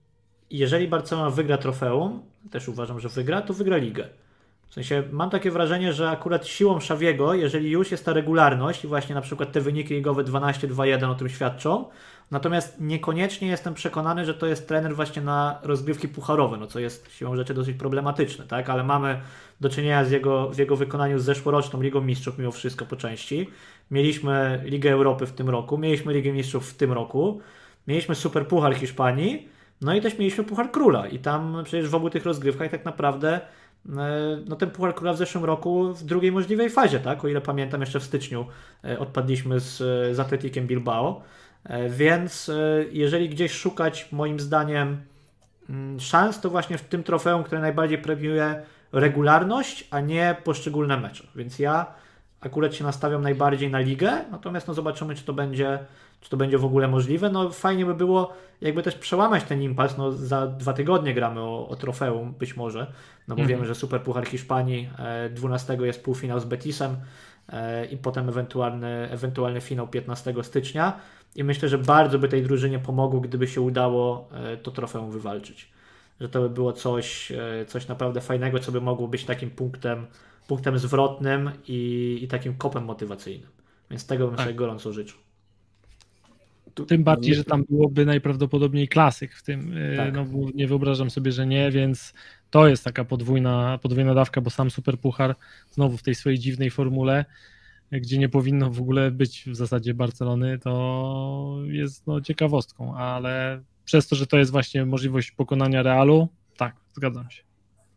jeżeli Barcelona wygra trofeum, też uważam, że wygra, to wygra ligę. W sensie mam takie wrażenie, że akurat siłą Xaviego, jeżeli już jest ta regularność i właśnie na przykład te wyniki ligowe dwanaście dwa jeden o tym świadczą, natomiast niekoniecznie jestem przekonany, że to jest trener właśnie na rozgrywki pucharowe, no co jest siłą rzeczy dosyć problematyczne, tak? Ale mamy do czynienia z jego, w jego wykonaniu z zeszłoroczną Ligą Mistrzów mimo wszystko po części. Mieliśmy Ligę Europy w tym roku, mieliśmy Ligę Mistrzów w tym roku, mieliśmy Super Puchar Hiszpanii, no i też mieliśmy Puchar Króla i tam przecież w obu tych rozgrywkach tak naprawdę no ten Puchar Króla w zeszłym roku w drugiej możliwej fazie, tak? O ile pamiętam, jeszcze w styczniu odpadliśmy z, z Atletikiem Bilbao. Więc jeżeli gdzieś szukać moim zdaniem szans, to właśnie w tym trofeum, które najbardziej premiuje regularność, a nie poszczególne mecze. Więc ja akurat się nastawiam najbardziej na ligę, natomiast no zobaczymy, czy to będzie, czy to będzie w ogóle możliwe. No fajnie by było jakby też przełamać ten impas, no za dwa tygodnie gramy o, o trofeum być może, no bo mm. wiemy, że Super Puchar Hiszpanii dwunastego jest półfinał z Betisem i potem ewentualny, ewentualny finał piętnastego stycznia i myślę, że bardzo by tej drużynie pomogło, gdyby się udało to trofeum wywalczyć. Że to by było coś, coś naprawdę fajnego, co by mogło być takim punktem, punktem zwrotnym i, i takim kopem motywacyjnym. Więc tego bym tak. sobie gorąco życzył. Tym bardziej, że tam byłoby najprawdopodobniej klasyk w tym, tak. no nie wyobrażam sobie, że nie, więc to jest taka podwójna, podwójna dawka, bo sam Super Puchar znowu w tej swojej dziwnej formule, gdzie nie powinno w ogóle być w zasadzie Barcelony, to jest no ciekawostką, ale przez to, że to jest właśnie możliwość pokonania Realu, tak, zgadzam się.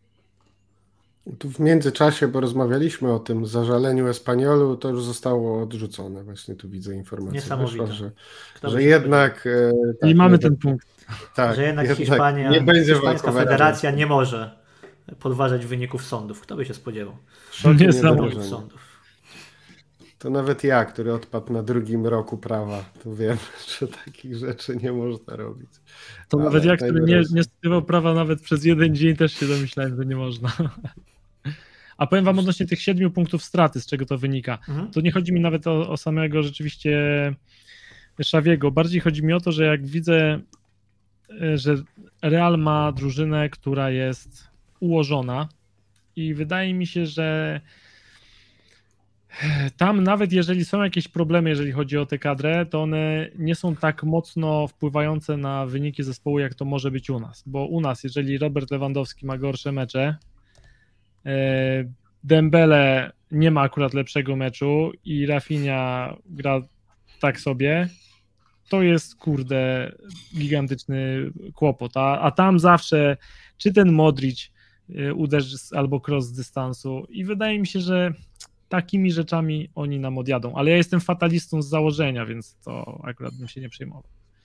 Tu w międzyczasie, bo rozmawialiśmy o tym zażaleniu Espaniolu, to już zostało odrzucone. Właśnie tu widzę informację, wyszła, że, że jednak... E, tak, I mamy ten punkt. Tak, że jednak, jednak Hiszpania, nie będzie Hiszpańska Federacja nie może podważać wyników sądów. Kto by się spodziewał? Nie wyników sądów. To nawet ja, który odpadł na drugim roku prawa, to wiem, że takich rzeczy nie można robić. To ale nawet ja, który nie, nie studiował prawa nawet przez jeden dzień, też się domyślałem, że nie można. A powiem wam odnośnie tych siedmiu punktów straty, z czego to wynika. Mhm. To nie chodzi mi nawet o, o samego rzeczywiście Xaviego. Bardziej chodzi mi o to, że jak widzę, że Real ma drużynę, która jest ułożona i wydaje mi się, że tam nawet jeżeli są jakieś problemy, jeżeli chodzi o tę kadrę, to one nie są tak mocno wpływające na wyniki zespołu, jak to może być u nas. Bo u nas, jeżeli Robert Lewandowski ma gorsze mecze, Dembele nie ma akurat lepszego meczu i Rafinha gra tak sobie, to jest kurde gigantyczny kłopot. A, a tam zawsze czy ten Modric uderzy albo cross z dystansu i wydaje mi się, że takimi rzeczami oni nam odjadą, ale ja jestem fatalistą z założenia, więc to akurat bym się nie przejmował.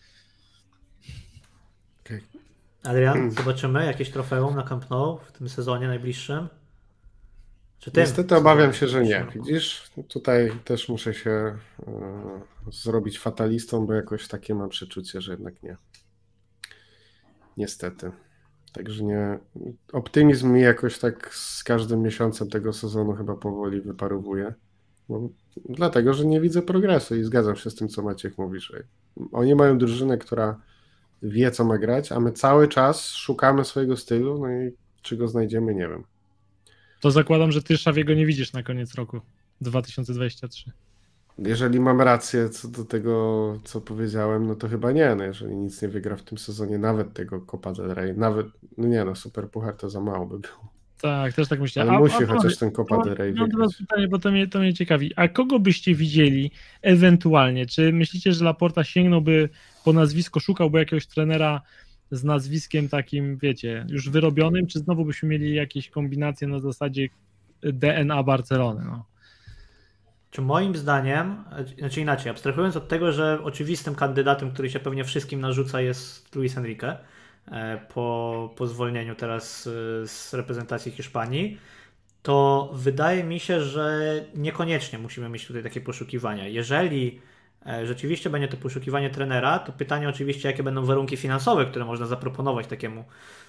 Okay. Adrian, zobaczymy jakieś trofeum na Camp Nou w tym sezonie najbliższym? Czy tym? Niestety obawiam się, że nie. Widzisz, tutaj też muszę się y, zrobić fatalistą, bo jakoś takie mam przeczucie, że jednak nie. Niestety. Także nie. Optymizm mi jakoś tak z każdym miesiącem tego sezonu chyba powoli wyparowuje. Bo, dlatego, że nie widzę progresu i zgadzam się z tym, co Maciek mówi, że oni mają drużynę, która wie, co ma grać, a my cały czas szukamy swojego stylu, no i czy go znajdziemy, nie wiem. To zakładam, że ty Xaviego nie widzisz na koniec roku dwa tysiące dwudziestego trzeciego. Jeżeli mam rację co do tego, co powiedziałem, no to chyba nie. No jeżeli nic nie wygra w tym sezonie, nawet tego Copa del Rey, nawet, no nie no, Super Puchar to za mało by było. Tak, też tak myślę. Ale a, musi a, chociaż a, ten Copa del Rey wygrać. wygrać. Mam pytanie, bo to mnie, to mnie ciekawi. A kogo byście widzieli ewentualnie? Czy myślicie, że Laporta sięgnąłby po nazwisko, szukałby jakiegoś trenera z nazwiskiem takim, wiecie, już wyrobionym, czy znowu byśmy mieli jakieś kombinacje na zasadzie D N A Barcelony? No. Czy moim zdaniem, znaczy inaczej, abstrahując od tego, że oczywistym kandydatem, który się pewnie wszystkim narzuca, jest Luis Enrique po, po zwolnieniu teraz z reprezentacji Hiszpanii, to wydaje mi się, że niekoniecznie musimy mieć tutaj takie poszukiwania. Jeżeli rzeczywiście będzie to poszukiwanie trenera, to pytanie oczywiście, jakie będą warunki finansowe, które można zaproponować takiemu,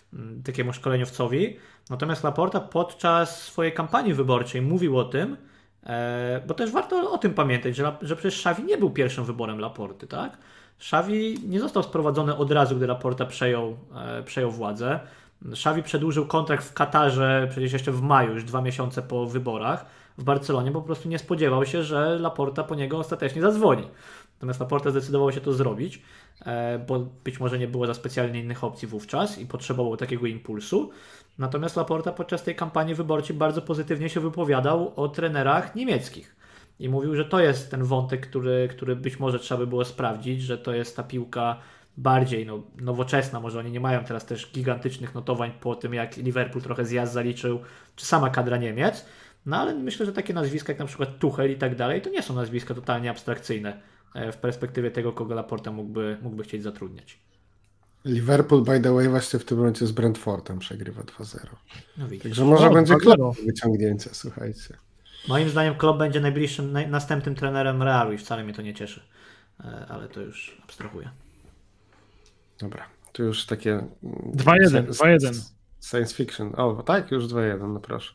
takiemu szkoleniowcowi. Natomiast Laporta podczas swojej kampanii wyborczej mówił o tym, E, bo też warto o tym pamiętać, że, że przecież Xavi nie był pierwszym wyborem Laporty, tak? Xavi nie został sprowadzony od razu, gdy Laporta przejął, e, przejął władzę. Xavi przedłużył kontrakt w Katarze przecież jeszcze w maju, już dwa miesiące po wyborach w Barcelonie, bo po prostu nie spodziewał się, że Laporta po niego ostatecznie zadzwoni. Natomiast Laporta zdecydował się to zrobić, bo być może nie było za specjalnie innych opcji wówczas i potrzebował takiego impulsu. Natomiast Laporta podczas tej kampanii wyborczej bardzo pozytywnie się wypowiadał o trenerach niemieckich. I mówił, że to jest ten wątek, który, który być może trzeba by było sprawdzić, że to jest ta piłka bardziej no, nowoczesna. Może oni nie mają teraz też gigantycznych notowań po tym, jak Liverpool trochę zjazd zaliczył, czy sama kadra Niemiec. No ale myślę, że takie nazwiska jak na przykład Tuchel i tak dalej, to nie są nazwiska totalnie abstrakcyjne w perspektywie tego, kogo Laporta mógłby, mógłby chcieć zatrudniać. Liverpool, by the way, właśnie w tym momencie z Brentfordem przegrywa dwa zero. No widzisz. Także może O, będzie dwa zero. klub do wyciągnięcia, słuchajcie. Moim zdaniem Klopp będzie najbliższym, naj, następnym trenerem Realu i wcale mnie to nie cieszy. Ale to już abstrahuję. Dobra, tu już takie... dwa jeden, dwa jeden. Science fiction. O, tak? Już dwa jeden, no proszę.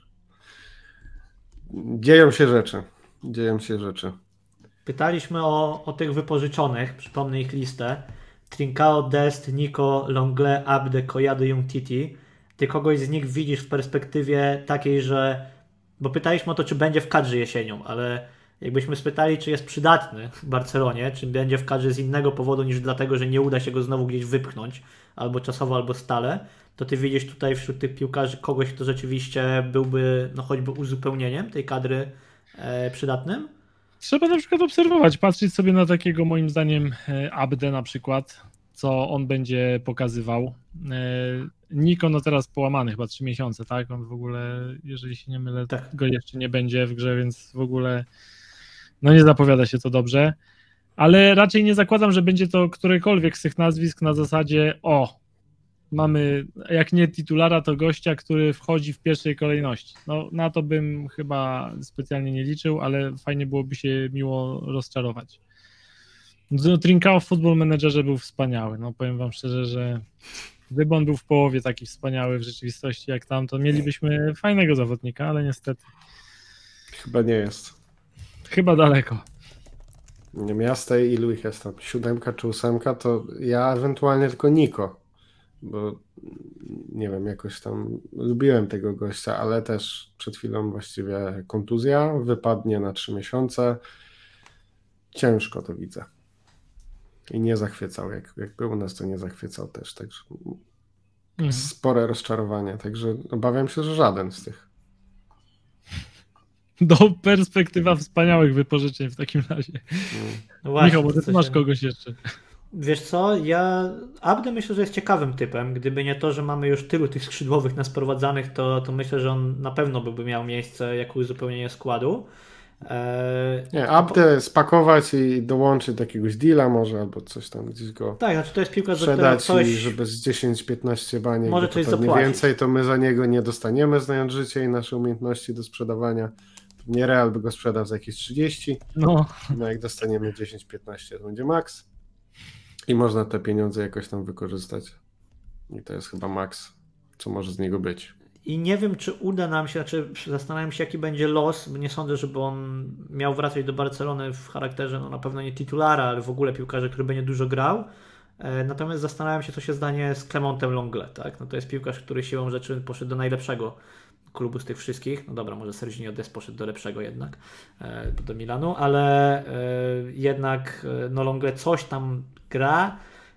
Dzieją się rzeczy. Dzieją się rzeczy. Pytaliśmy o, o tych wypożyczonych, przypomnę ich listę. Trincao, Dest, Nico, Longley, Abde, Collado i Umtiti. Ty kogoś z nich widzisz w perspektywie takiej, że... Bo pytaliśmy o to, czy będzie w kadrze jesienią, ale jakbyśmy spytali, czy jest przydatny w Barcelonie, czy będzie w kadrze z innego powodu niż dlatego, że nie uda się go znowu gdzieś wypchnąć, albo czasowo, albo stale, to ty widzisz tutaj wśród tych piłkarzy kogoś, kto rzeczywiście byłby no choćby uzupełnieniem tej kadry e, przydatnym? Trzeba na przykład obserwować, patrzeć sobie na takiego moim zdaniem Abde na przykład, co on będzie pokazywał. Niko no teraz połamany chyba trzy miesiące, tak? On w ogóle, jeżeli się nie mylę, Tak. go jeszcze nie będzie w grze, więc w ogóle no nie zapowiada się to dobrze. Ale raczej nie zakładam, że będzie to którekolwiek z tych nazwisk na zasadzie o, mamy jak nie titulara, to gościa, który wchodzi w pierwszej kolejności. No na to bym chyba specjalnie nie liczył, ale fajnie byłoby się miło rozczarować. No, Trincao w Football Managerze był wspaniały. No powiem wam szczerze, że gdyby on był w połowie taki wspaniały w rzeczywistości jak tam, to mielibyśmy fajnego zawodnika, ale niestety Chyba nie jest. chyba daleko. Nie wiem, ja z tej ilu ich jest tam? Siódemka czy ósemka, to ja ewentualnie tylko Niko. Bo nie wiem, jakoś tam lubiłem tego gościa, ale też przed chwilą właściwie kontuzja, wypadnie na trzy miesiące. Ciężko to widzę. I nie zachwycał, jak, jak był u nas, to nie zachwycał też, także Mhm. spore rozczarowanie, także obawiam się, że żaden z tych. Do perspektywa wspaniałych wypożyczeń w takim razie. No właśnie, Michał, może to ty masz się- kogoś jeszcze. Wiesz co, ja Abde myślę, że jest ciekawym typem. Gdyby nie to, że mamy już tylu tych skrzydłowych nas prowadzanych, to, to myślę, że on na pewno by miał miejsce jako uzupełnienie składu. Eee, Nie, Abde spakować i dołączyć do jakiegoś deala może, albo coś tam gdzieś go tak, znaczy to jest piłka, za którego sprzedać coś... i żeby z dziesięć piętnaście baniek, Może bo coś to pewnie zapłacić. więcej, to my za niego nie dostaniemy, znając życie i nasze umiejętności do sprzedawania. Nie Real by go sprzedał za jakieś trzydzieści, No, no jak dostaniemy dziesięć piętnaście, to będzie maks i można te pieniądze jakoś tam wykorzystać. I to jest chyba maks, co może z niego być. I nie wiem, czy uda nam się, znaczy zastanawiam się, jaki będzie los, bo nie sądzę, żeby on miał wracać do Barcelony w charakterze, no na pewno nie titulara, ale w ogóle piłkarza, który będzie dużo grał. E, Natomiast zastanawiam się, co się stanie z Clementem Longley, tak? No to jest piłkarz, który siłą rzeczy poszedł do najlepszego klubu z tych wszystkich. No dobra, może Serginho Dest poszedł do lepszego jednak, e, do Milanu, ale e, jednak e, no Longley coś tam gra.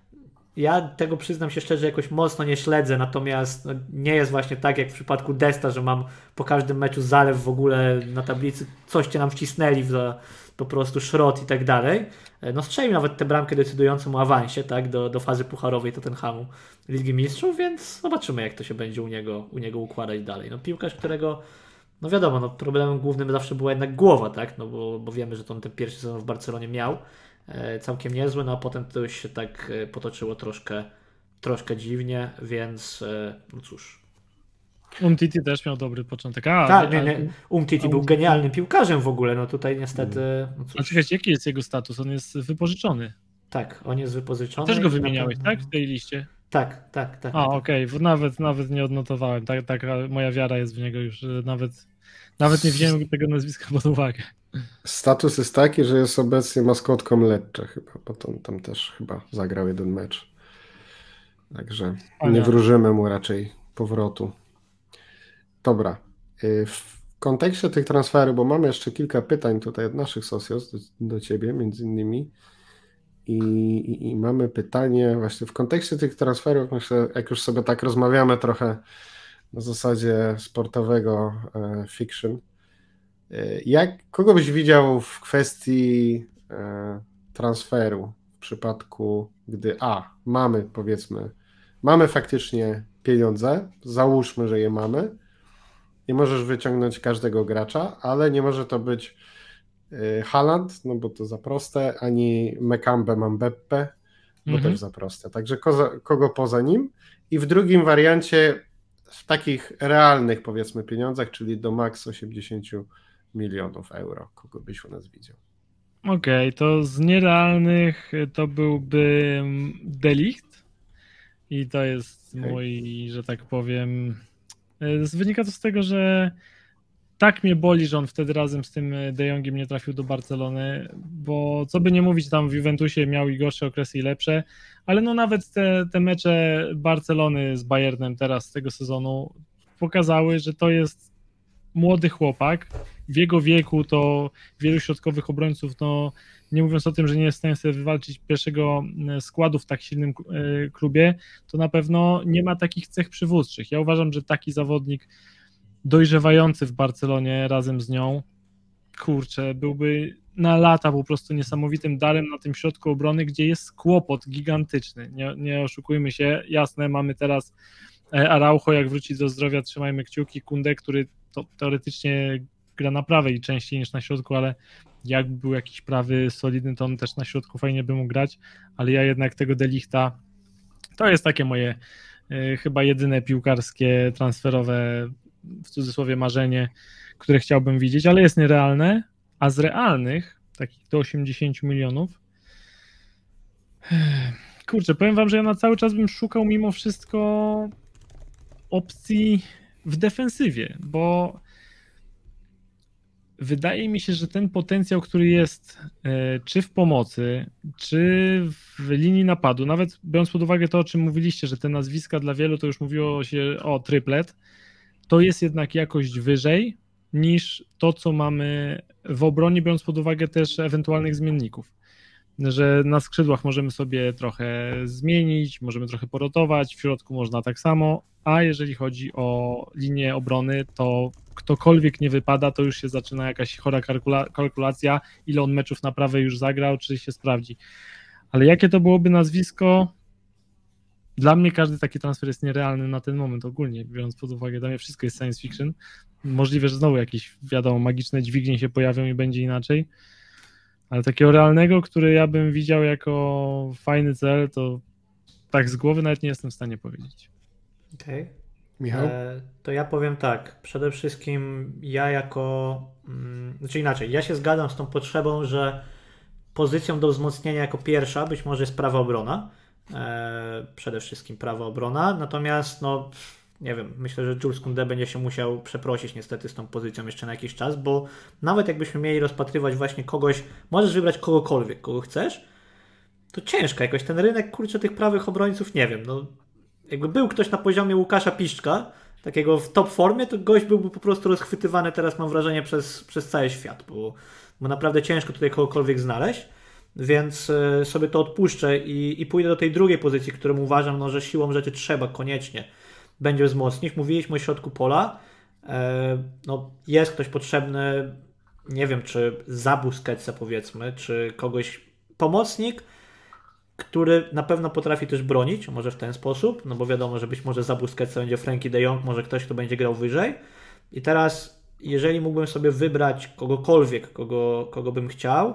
Ja tego przyznam się szczerze, jakoś mocno nie śledzę, natomiast no, nie jest właśnie tak jak w przypadku Desta, że mam po każdym meczu zalew w ogóle na tablicy, coś cię nam wcisnęli za po prostu szrot i tak dalej. No strzelił nawet tę bramkę decydującą o awansie, tak, do, do fazy pucharowej Tottenhamu Ligi Mistrzów, więc zobaczymy, jak to się będzie u niego, u niego układać dalej. No piłkarz, którego, no wiadomo, no problemem głównym zawsze była jednak głowa, tak, no bo, bo wiemy, że to on ten pierwszy sezon w Barcelonie miał, całkiem niezły, no a potem to już się tak potoczyło troszkę, troszkę dziwnie, więc no cóż. Umtiti też miał dobry początek. A, Tak, nie, a- nie. Umtiti a był Umtiti- genialnym piłkarzem w ogóle, no tutaj niestety, no A cóż. czekajcie, jaki jest jego status? On jest wypożyczony. Tak, on jest wypożyczony. Też go i na wymieniałeś, pewno- tak? W tej liście? Tak, tak, tak. A, okej, bo nawet, nawet nie odnotowałem. Tak, taka moja wiara jest w niego już, że nawet nawet nie wziąłem tego nazwiska pod uwagę. Status jest taki, że jest obecnie maskotką Lecce chyba, bo tam, tam też chyba zagrał jeden mecz. Także nie wróżymy mu raczej powrotu. Dobra. W kontekście tych transferów, bo mamy jeszcze kilka pytań tutaj od naszych socios do, do ciebie między innymi i, i, i mamy pytanie właśnie w kontekście tych transferów, myślę, jak już sobie tak rozmawiamy trochę na zasadzie sportowego e, fiction, e, jak, kogo byś widział w kwestii e, transferu w przypadku, gdy a, mamy powiedzmy, mamy faktycznie pieniądze, załóżmy, że je mamy, nie możesz wyciągnąć każdego gracza, ale nie może to być Haaland, no bo to za proste, ani Mekambe Mbappe, bo Mhm. też za proste. Także koza, kogo poza nim? I w drugim wariancie w takich realnych powiedzmy pieniądzach, czyli do maks osiemdziesiąt milionów euro, kogo byś u nas widział? Okej, to z nierealnych to byłby De Ligt i to jest Okej. mój, że tak powiem, y, wynika to z tego, że tak mnie boli, że on wtedy razem z tym De Jongiem nie trafił do Barcelony, bo co by nie mówić, tam w Juventusie miał i gorsze okresy i lepsze, ale no nawet te, te mecze Barcelony z Bayernem teraz z tego sezonu pokazały, że to jest młody chłopak. W jego wieku to wielu środkowych obrońców, no nie mówiąc o tym, że nie jest w stanie sobie wywalczyć pierwszego składu w tak silnym e, klubie, to na pewno nie ma takich cech przywódczych. Ja uważam, że taki zawodnik dojrzewający w Barcelonie razem z nią, kurczę, byłby na lata po prostu niesamowitym darem na tym środku obrony, gdzie jest kłopot gigantyczny. Nie, nie oszukujmy się, jasne, mamy teraz Araujo, jak wróci do zdrowia, trzymajmy kciuki, Kunde, który to teoretycznie gra na prawej częściej niż na środku, ale jakby był jakiś prawy, solidny, to on też na środku fajnie by mógł grać, ale ja jednak tego De Lichta, to jest takie moje y, chyba jedyne piłkarskie, transferowe, w cudzysłowie marzenie, które chciałbym widzieć, ale jest nierealne, a z realnych, takich do osiemdziesiąt milionów, kurczę, powiem wam, że ja na cały czas bym szukał mimo wszystko opcji w defensywie, bo wydaje mi się, że ten potencjał, który jest czy w pomocy, czy w linii napadu, nawet biorąc pod uwagę to, o czym mówiliście, że te nazwiska dla wielu to już mówiło się o triplet, to jest jednak jakość wyżej niż to, co mamy w obronie, biorąc pod uwagę też ewentualnych zmienników. Że na skrzydłach możemy sobie trochę zmienić, możemy trochę porotować, w środku można tak samo, a jeżeli chodzi o linię obrony, to ktokolwiek nie wypada, to już się zaczyna jakaś chora kalkula- kalkulacja, ile on meczów na prawej już zagrał, czy się sprawdzi. Ale jakie to byłoby nazwisko? Dla mnie każdy taki transfer jest nierealny na ten moment ogólnie, biorąc pod uwagę, dla mnie wszystko jest science fiction. Możliwe, że znowu jakieś, wiadomo, magiczne dźwignie się pojawią i będzie inaczej, ale takiego realnego, który ja bym widział jako fajny cel, to tak z głowy nawet nie jestem w stanie powiedzieć. Okej. Okay. Michał? E, to ja powiem tak, przede wszystkim ja jako, mm, znaczy inaczej, ja się zgadzam z tą potrzebą, że pozycją do wzmocnienia jako pierwsza być może jest prawa obrona, e, przede wszystkim prawa obrona, natomiast no nie wiem, myślę, że Jules Koundé będzie się musiał przeprosić niestety z tą pozycją jeszcze na jakiś czas, bo nawet jakbyśmy mieli rozpatrywać właśnie kogoś, możesz wybrać kogokolwiek, kogo chcesz, to ciężko jakoś, ten rynek, kurczę, tych prawych obrońców, nie wiem, no jakby był ktoś na poziomie Łukasza Piszczka, takiego w top formie, to gość byłby po prostu rozchwytywany teraz, mam wrażenie, przez, przez cały świat, bo, bo naprawdę ciężko tutaj kogokolwiek znaleźć, więc y, sobie to odpuszczę i, i pójdę do tej drugiej pozycji, którą uważam, no, że siłą rzeczy trzeba koniecznie będzie wzmocnić. Mówiliśmy o środku pola, e, no, jest ktoś potrzebny, nie wiem, czy za Busquetsa powiedzmy, czy kogoś, pomocnik, który na pewno potrafi też bronić, może w ten sposób, no bo wiadomo, że być może za Busquetsa będzie Frenkie de Jong, może ktoś, kto będzie grał wyżej. I teraz, jeżeli mógłbym sobie wybrać kogokolwiek, kogo, kogo bym chciał,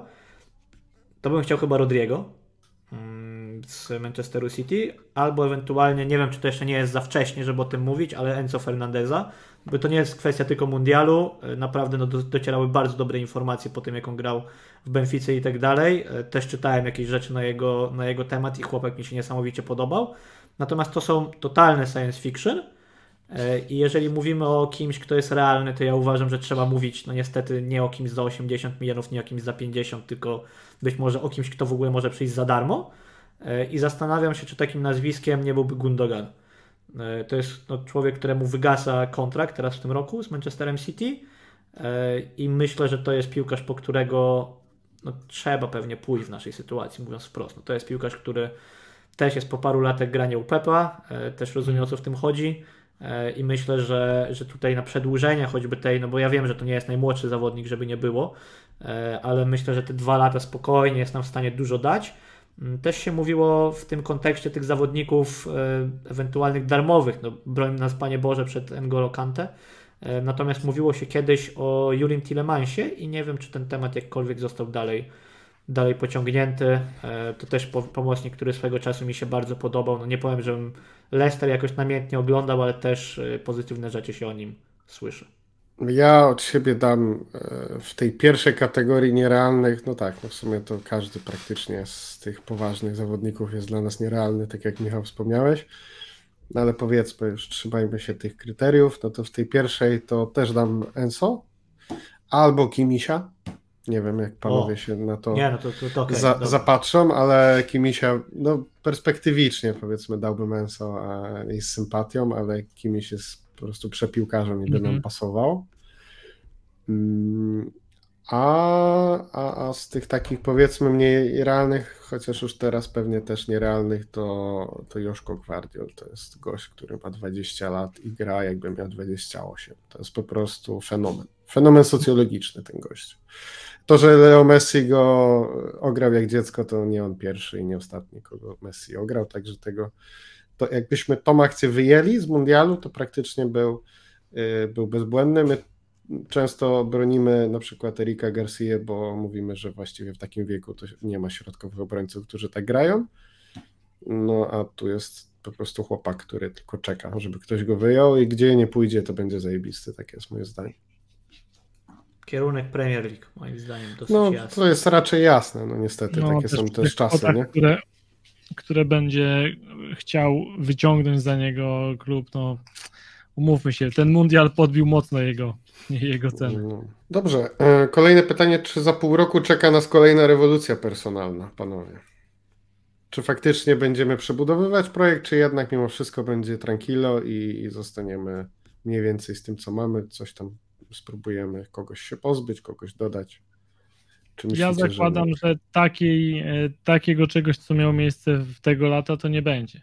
to bym chciał chyba Rodrigo z Manchesteru City, albo ewentualnie, nie wiem, czy to jeszcze nie jest za wcześnie, żeby o tym mówić, ale Enzo Fernandeza, bo to nie jest kwestia tylko mundialu, naprawdę no, do, docierały bardzo dobre informacje po tym, jak on grał w Benfice i tak dalej, też czytałem jakieś rzeczy na jego, na jego temat i chłopak mi się niesamowicie podobał, natomiast to są totalne science fiction, I jeżeli mówimy o kimś, kto jest realny, to ja uważam, że trzeba mówić, no niestety nie o kimś za osiemdziesiąt milionów, nie o kimś za pięćdziesiąt, tylko być może o kimś, kto w ogóle może przyjść za darmo. I zastanawiam się, czy takim nazwiskiem nie byłby Gundogan. To jest no, człowiek, któremu wygasa kontrakt teraz w tym roku z Manchesterem City i myślę, że to jest piłkarz, po którego no, trzeba pewnie pójść w naszej sytuacji, mówiąc wprost. No, to jest piłkarz, który też jest po paru latach grania u Pepa, też rozumie, o co w tym chodzi i myślę, że, że tutaj na przedłużenie choćby tej, no bo ja wiem, że to nie jest najmłodszy zawodnik, żeby nie było, ale myślę, że te dwa lata spokojnie jest nam w stanie dużo dać. Też się mówiło w tym kontekście tych zawodników ewentualnych darmowych, no broń nas Panie Boże przed N'Golo Kante, natomiast mówiło się kiedyś o Jurim Tillemansie i nie wiem, czy ten temat jakkolwiek został dalej, dalej pociągnięty. To też pomocnik, który swego czasu mi się bardzo podobał. No nie powiem, żebym Leicester jakoś namiętnie oglądał, ale też pozytywne rzeczy się o nim słyszy. Ja od siebie dam w tej pierwszej kategorii nierealnych, no tak, no w sumie to każdy praktycznie z tych poważnych zawodników jest dla nas nierealny, tak jak Michał wspomniałeś, no ale powiedzmy, już trzymajmy się tych kryteriów, no to w tej pierwszej to też dam Enzo albo Kimisia. Nie wiem, jak panowie o, się na to, nie, no to, to, to okay, za, zapatrzą, ale Kimisia, no perspektywicznie powiedzmy dałbym Enzo a, i z sympatią, ale Kimiś jest po prostu przepiłkarzem i by nam mm-hmm. pasował. A, a, a z tych takich powiedzmy mniej realnych, chociaż już teraz pewnie też nierealnych, to, to Joszko Gwardiol. To jest gość, który ma dwadzieścia lat i gra jakby miał dwadzieścia osiem. To jest po prostu fenomen. Fenomen socjologiczny ten gość. To, że Leo Messi go ograł jak dziecko, to nie on pierwszy i nie ostatni, kogo Messi ograł, także tego, to jakbyśmy tą akcję wyjęli z mundialu, to praktycznie był, yy, był bezbłędny. My często bronimy na przykład Erika Garcia, bo mówimy, że właściwie w takim wieku to nie ma środkowych obrońców, którzy tak grają. No a tu jest po prostu chłopak, który tylko czeka, żeby ktoś go wyjął i gdzie nie pójdzie, to będzie zajebisty, takie jest moje zdanie. Kierunek Premier League, moim zdaniem dosyć no, jasny. To jest raczej jasne, no niestety, no, takie też, są też czasy, tak, nie? Które, które będzie chciał wyciągnąć za niego klub, no umówmy się, ten mundial podbił mocno jego, jego cenę. No. Dobrze, kolejne pytanie, czy za pół roku czeka nas kolejna rewolucja personalna, panowie? Czy faktycznie będziemy przebudowywać projekt, czy jednak mimo wszystko będzie tranquilo i, i zostaniemy mniej więcej z tym, co mamy, coś tam spróbujemy kogoś się pozbyć, kogoś dodać? Czy myślicie, ja zakładam, że, że takiej, takiego czegoś, co miało miejsce w tego lata, to nie będzie.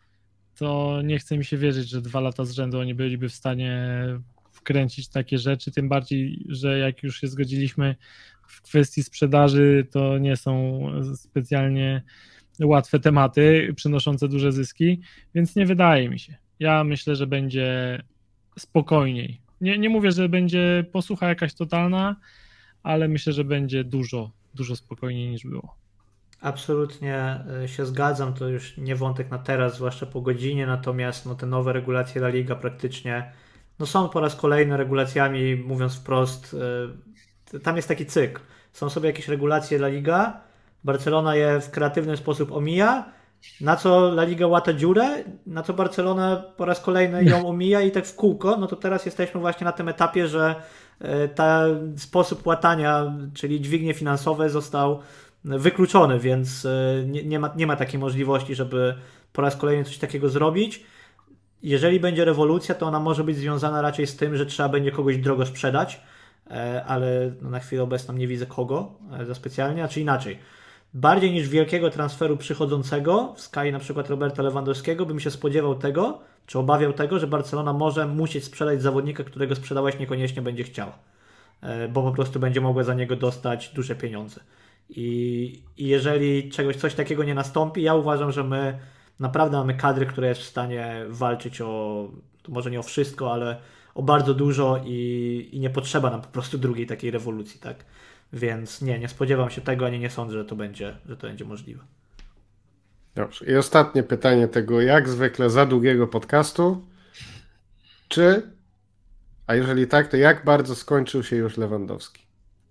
To nie chce mi się wierzyć, że dwa lata z rzędu oni byliby w stanie wkręcić takie rzeczy, tym bardziej, że jak już się zgodziliśmy w kwestii sprzedaży, to nie są specjalnie łatwe tematy, przynoszące duże zyski, więc nie wydaje mi się. Ja myślę, że będzie spokojniej. Nie, nie mówię, że będzie posłucha jakaś totalna, ale myślę, że będzie dużo, dużo spokojniej niż było. Absolutnie się zgadzam, to już nie wątek na teraz, zwłaszcza po godzinie, natomiast no, te nowe regulacje La Liga praktycznie no, są po raz kolejny regulacjami, mówiąc wprost, yy, tam jest taki cykl. Są sobie jakieś regulacje La Liga, Barcelona je w kreatywny sposób omija, na co La Liga łata dziurę, na co Barcelona po raz kolejny ją omija i tak w kółko, no to teraz jesteśmy właśnie na tym etapie, że ten sposób łatania, czyli dźwignie finansowe został wykluczony, więc nie, nie, ma, nie ma takiej możliwości, żeby po raz kolejny coś takiego zrobić. Jeżeli będzie rewolucja, to ona może być związana raczej z tym, że trzeba będzie kogoś drogo sprzedać, ale na chwilę obecną nie widzę kogo za specjalnie, a czy inaczej. Bardziej niż wielkiego transferu przychodzącego w skali na przykład Roberta Lewandowskiego bym się spodziewał tego, czy obawiał tego, że Barcelona może musieć sprzedać zawodnika, którego sprzedałeś niekoniecznie będzie chciała, bo po prostu będzie mogła za niego dostać duże pieniądze. I, i jeżeli czegoś, coś takiego nie nastąpi, ja uważam, że my naprawdę mamy kadry, które jest w stanie walczyć o, to może nie o wszystko, ale o bardzo dużo i, i nie potrzeba nam po prostu drugiej takiej rewolucji, tak? Więc nie, nie spodziewam się tego, ani nie sądzę, że to będzie, że to będzie możliwe. Dobrze. I ostatnie pytanie tego, jak zwykle, za długiego podcastu. Czy, a jeżeli tak, to jak bardzo skończył się już Lewandowski?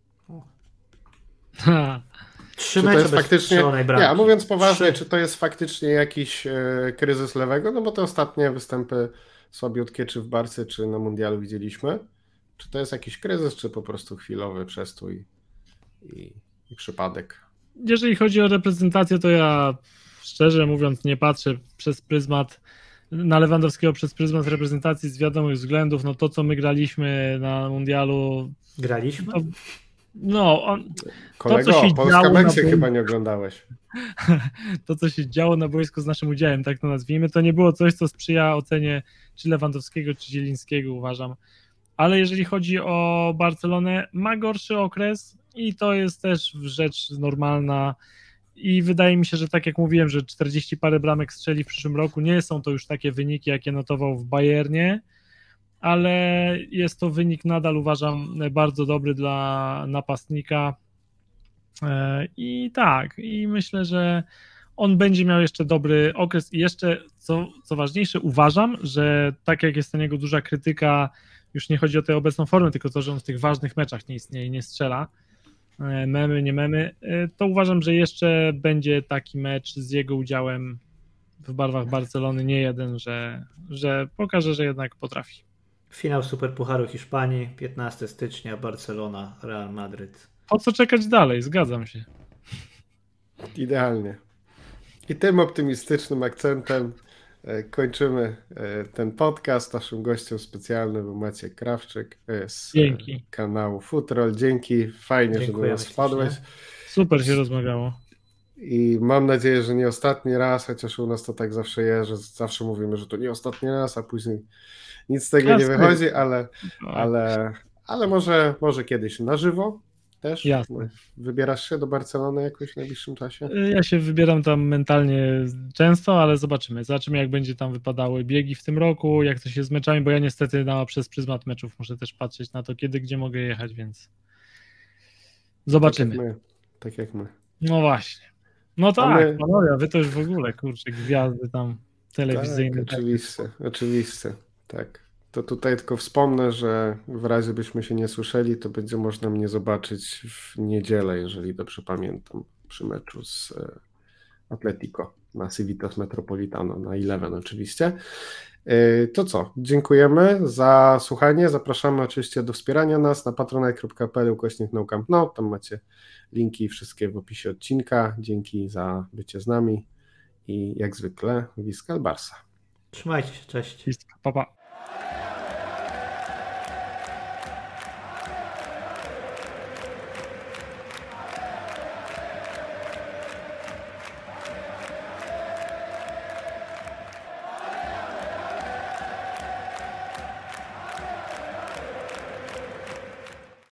Trzy czy mecze to jest bez faktycznie, strzelonej bramki. nie, a mówiąc poważnie, Trzy. czy to jest faktycznie jakiś e, kryzys lewego? No bo te ostatnie występy słabiutkie, czy w Barce, czy na mundialu widzieliśmy? Czy to jest jakiś kryzys, czy po prostu chwilowy przestój i, i przypadek? Jeżeli chodzi o reprezentację, to ja szczerze mówiąc nie patrzę przez pryzmat na Lewandowskiego przez pryzmat reprezentacji z wiadomych względów. No to, co my graliśmy na mundialu. Graliśmy? To, no, on, Kolego, to, co się Polska działo Meksyk na... chyba nie oglądałeś. To, co się działo na boisku z naszym udziałem, tak to nazwijmy, to nie było coś, co sprzyja ocenie czy Lewandowskiego, czy Zielińskiego, uważam. Ale jeżeli chodzi o Barcelonę, ma gorszy okres i to jest też rzecz normalna i wydaje mi się, że tak jak mówiłem, że czterdzieści parę bramek strzeli w przyszłym roku, nie są to już takie wyniki, jakie notował w Bayernie, ale jest to wynik nadal, uważam, bardzo dobry dla napastnika i tak, i myślę, że on będzie miał jeszcze dobry okres i jeszcze, co, co ważniejsze, uważam, że tak jak jest na niego duża krytyka, już nie chodzi o tę obecną formę, tylko to, że on w tych ważnych meczach nie istnieje i nie strzela, memy, nie memy, to uważam, że jeszcze będzie taki mecz z jego udziałem w barwach Barcelony, nie jeden, że, że pokaże, że jednak potrafi. Finał Superpucharu Hiszpanii, piętnastego stycznia, Barcelona, Real Madryt. Po co czekać dalej? Zgadzam się. Idealnie. I tym optymistycznym akcentem kończymy ten podcast. Naszym gościem specjalnym był Maciek Krawczyk z Dzięki. kanału Futrol. Dzięki, fajnie, że do nas wpadłeś. Super się rozmawiało. I mam nadzieję, że nie ostatni raz, chociaż u nas to tak zawsze jest, że zawsze mówimy, że to nie ostatni raz, a później nic z tego nie wychodzi, ale, ale, ale może, może kiedyś na żywo też. Jasne. Wybierasz się do Barcelony jakoś w najbliższym czasie? Ja się wybieram tam mentalnie często, ale zobaczymy. Zobaczymy, jak będzie tam wypadały biegi w tym roku, jak to się z meczami, bo ja niestety na, przez pryzmat meczów muszę też patrzeć na to, kiedy, gdzie mogę jechać, więc zobaczymy. Tak jak my. Tak jak my. No właśnie. No tak, my... panowie, wy to już w ogóle, kurczę, gwiazdy tam telewizyjne. Tak, oczywiście, tak. oczywiście, tak. To tutaj tylko wspomnę, że w razie byśmy się nie słyszeli, to będzie można mnie zobaczyć w niedzielę, jeżeli dobrze pamiętam, przy meczu z Atletico na Civitas Metropolitano, na jedenaście oczywiście. To co, dziękujemy za słuchanie, zapraszamy oczywiście do wspierania nas na patronite kropka p l ukośnik no camp no, tam macie linki wszystkie w opisie odcinka, dzięki za bycie z nami i jak zwykle Visca el Barça. Trzymajcie się, cześć. Pa, pa.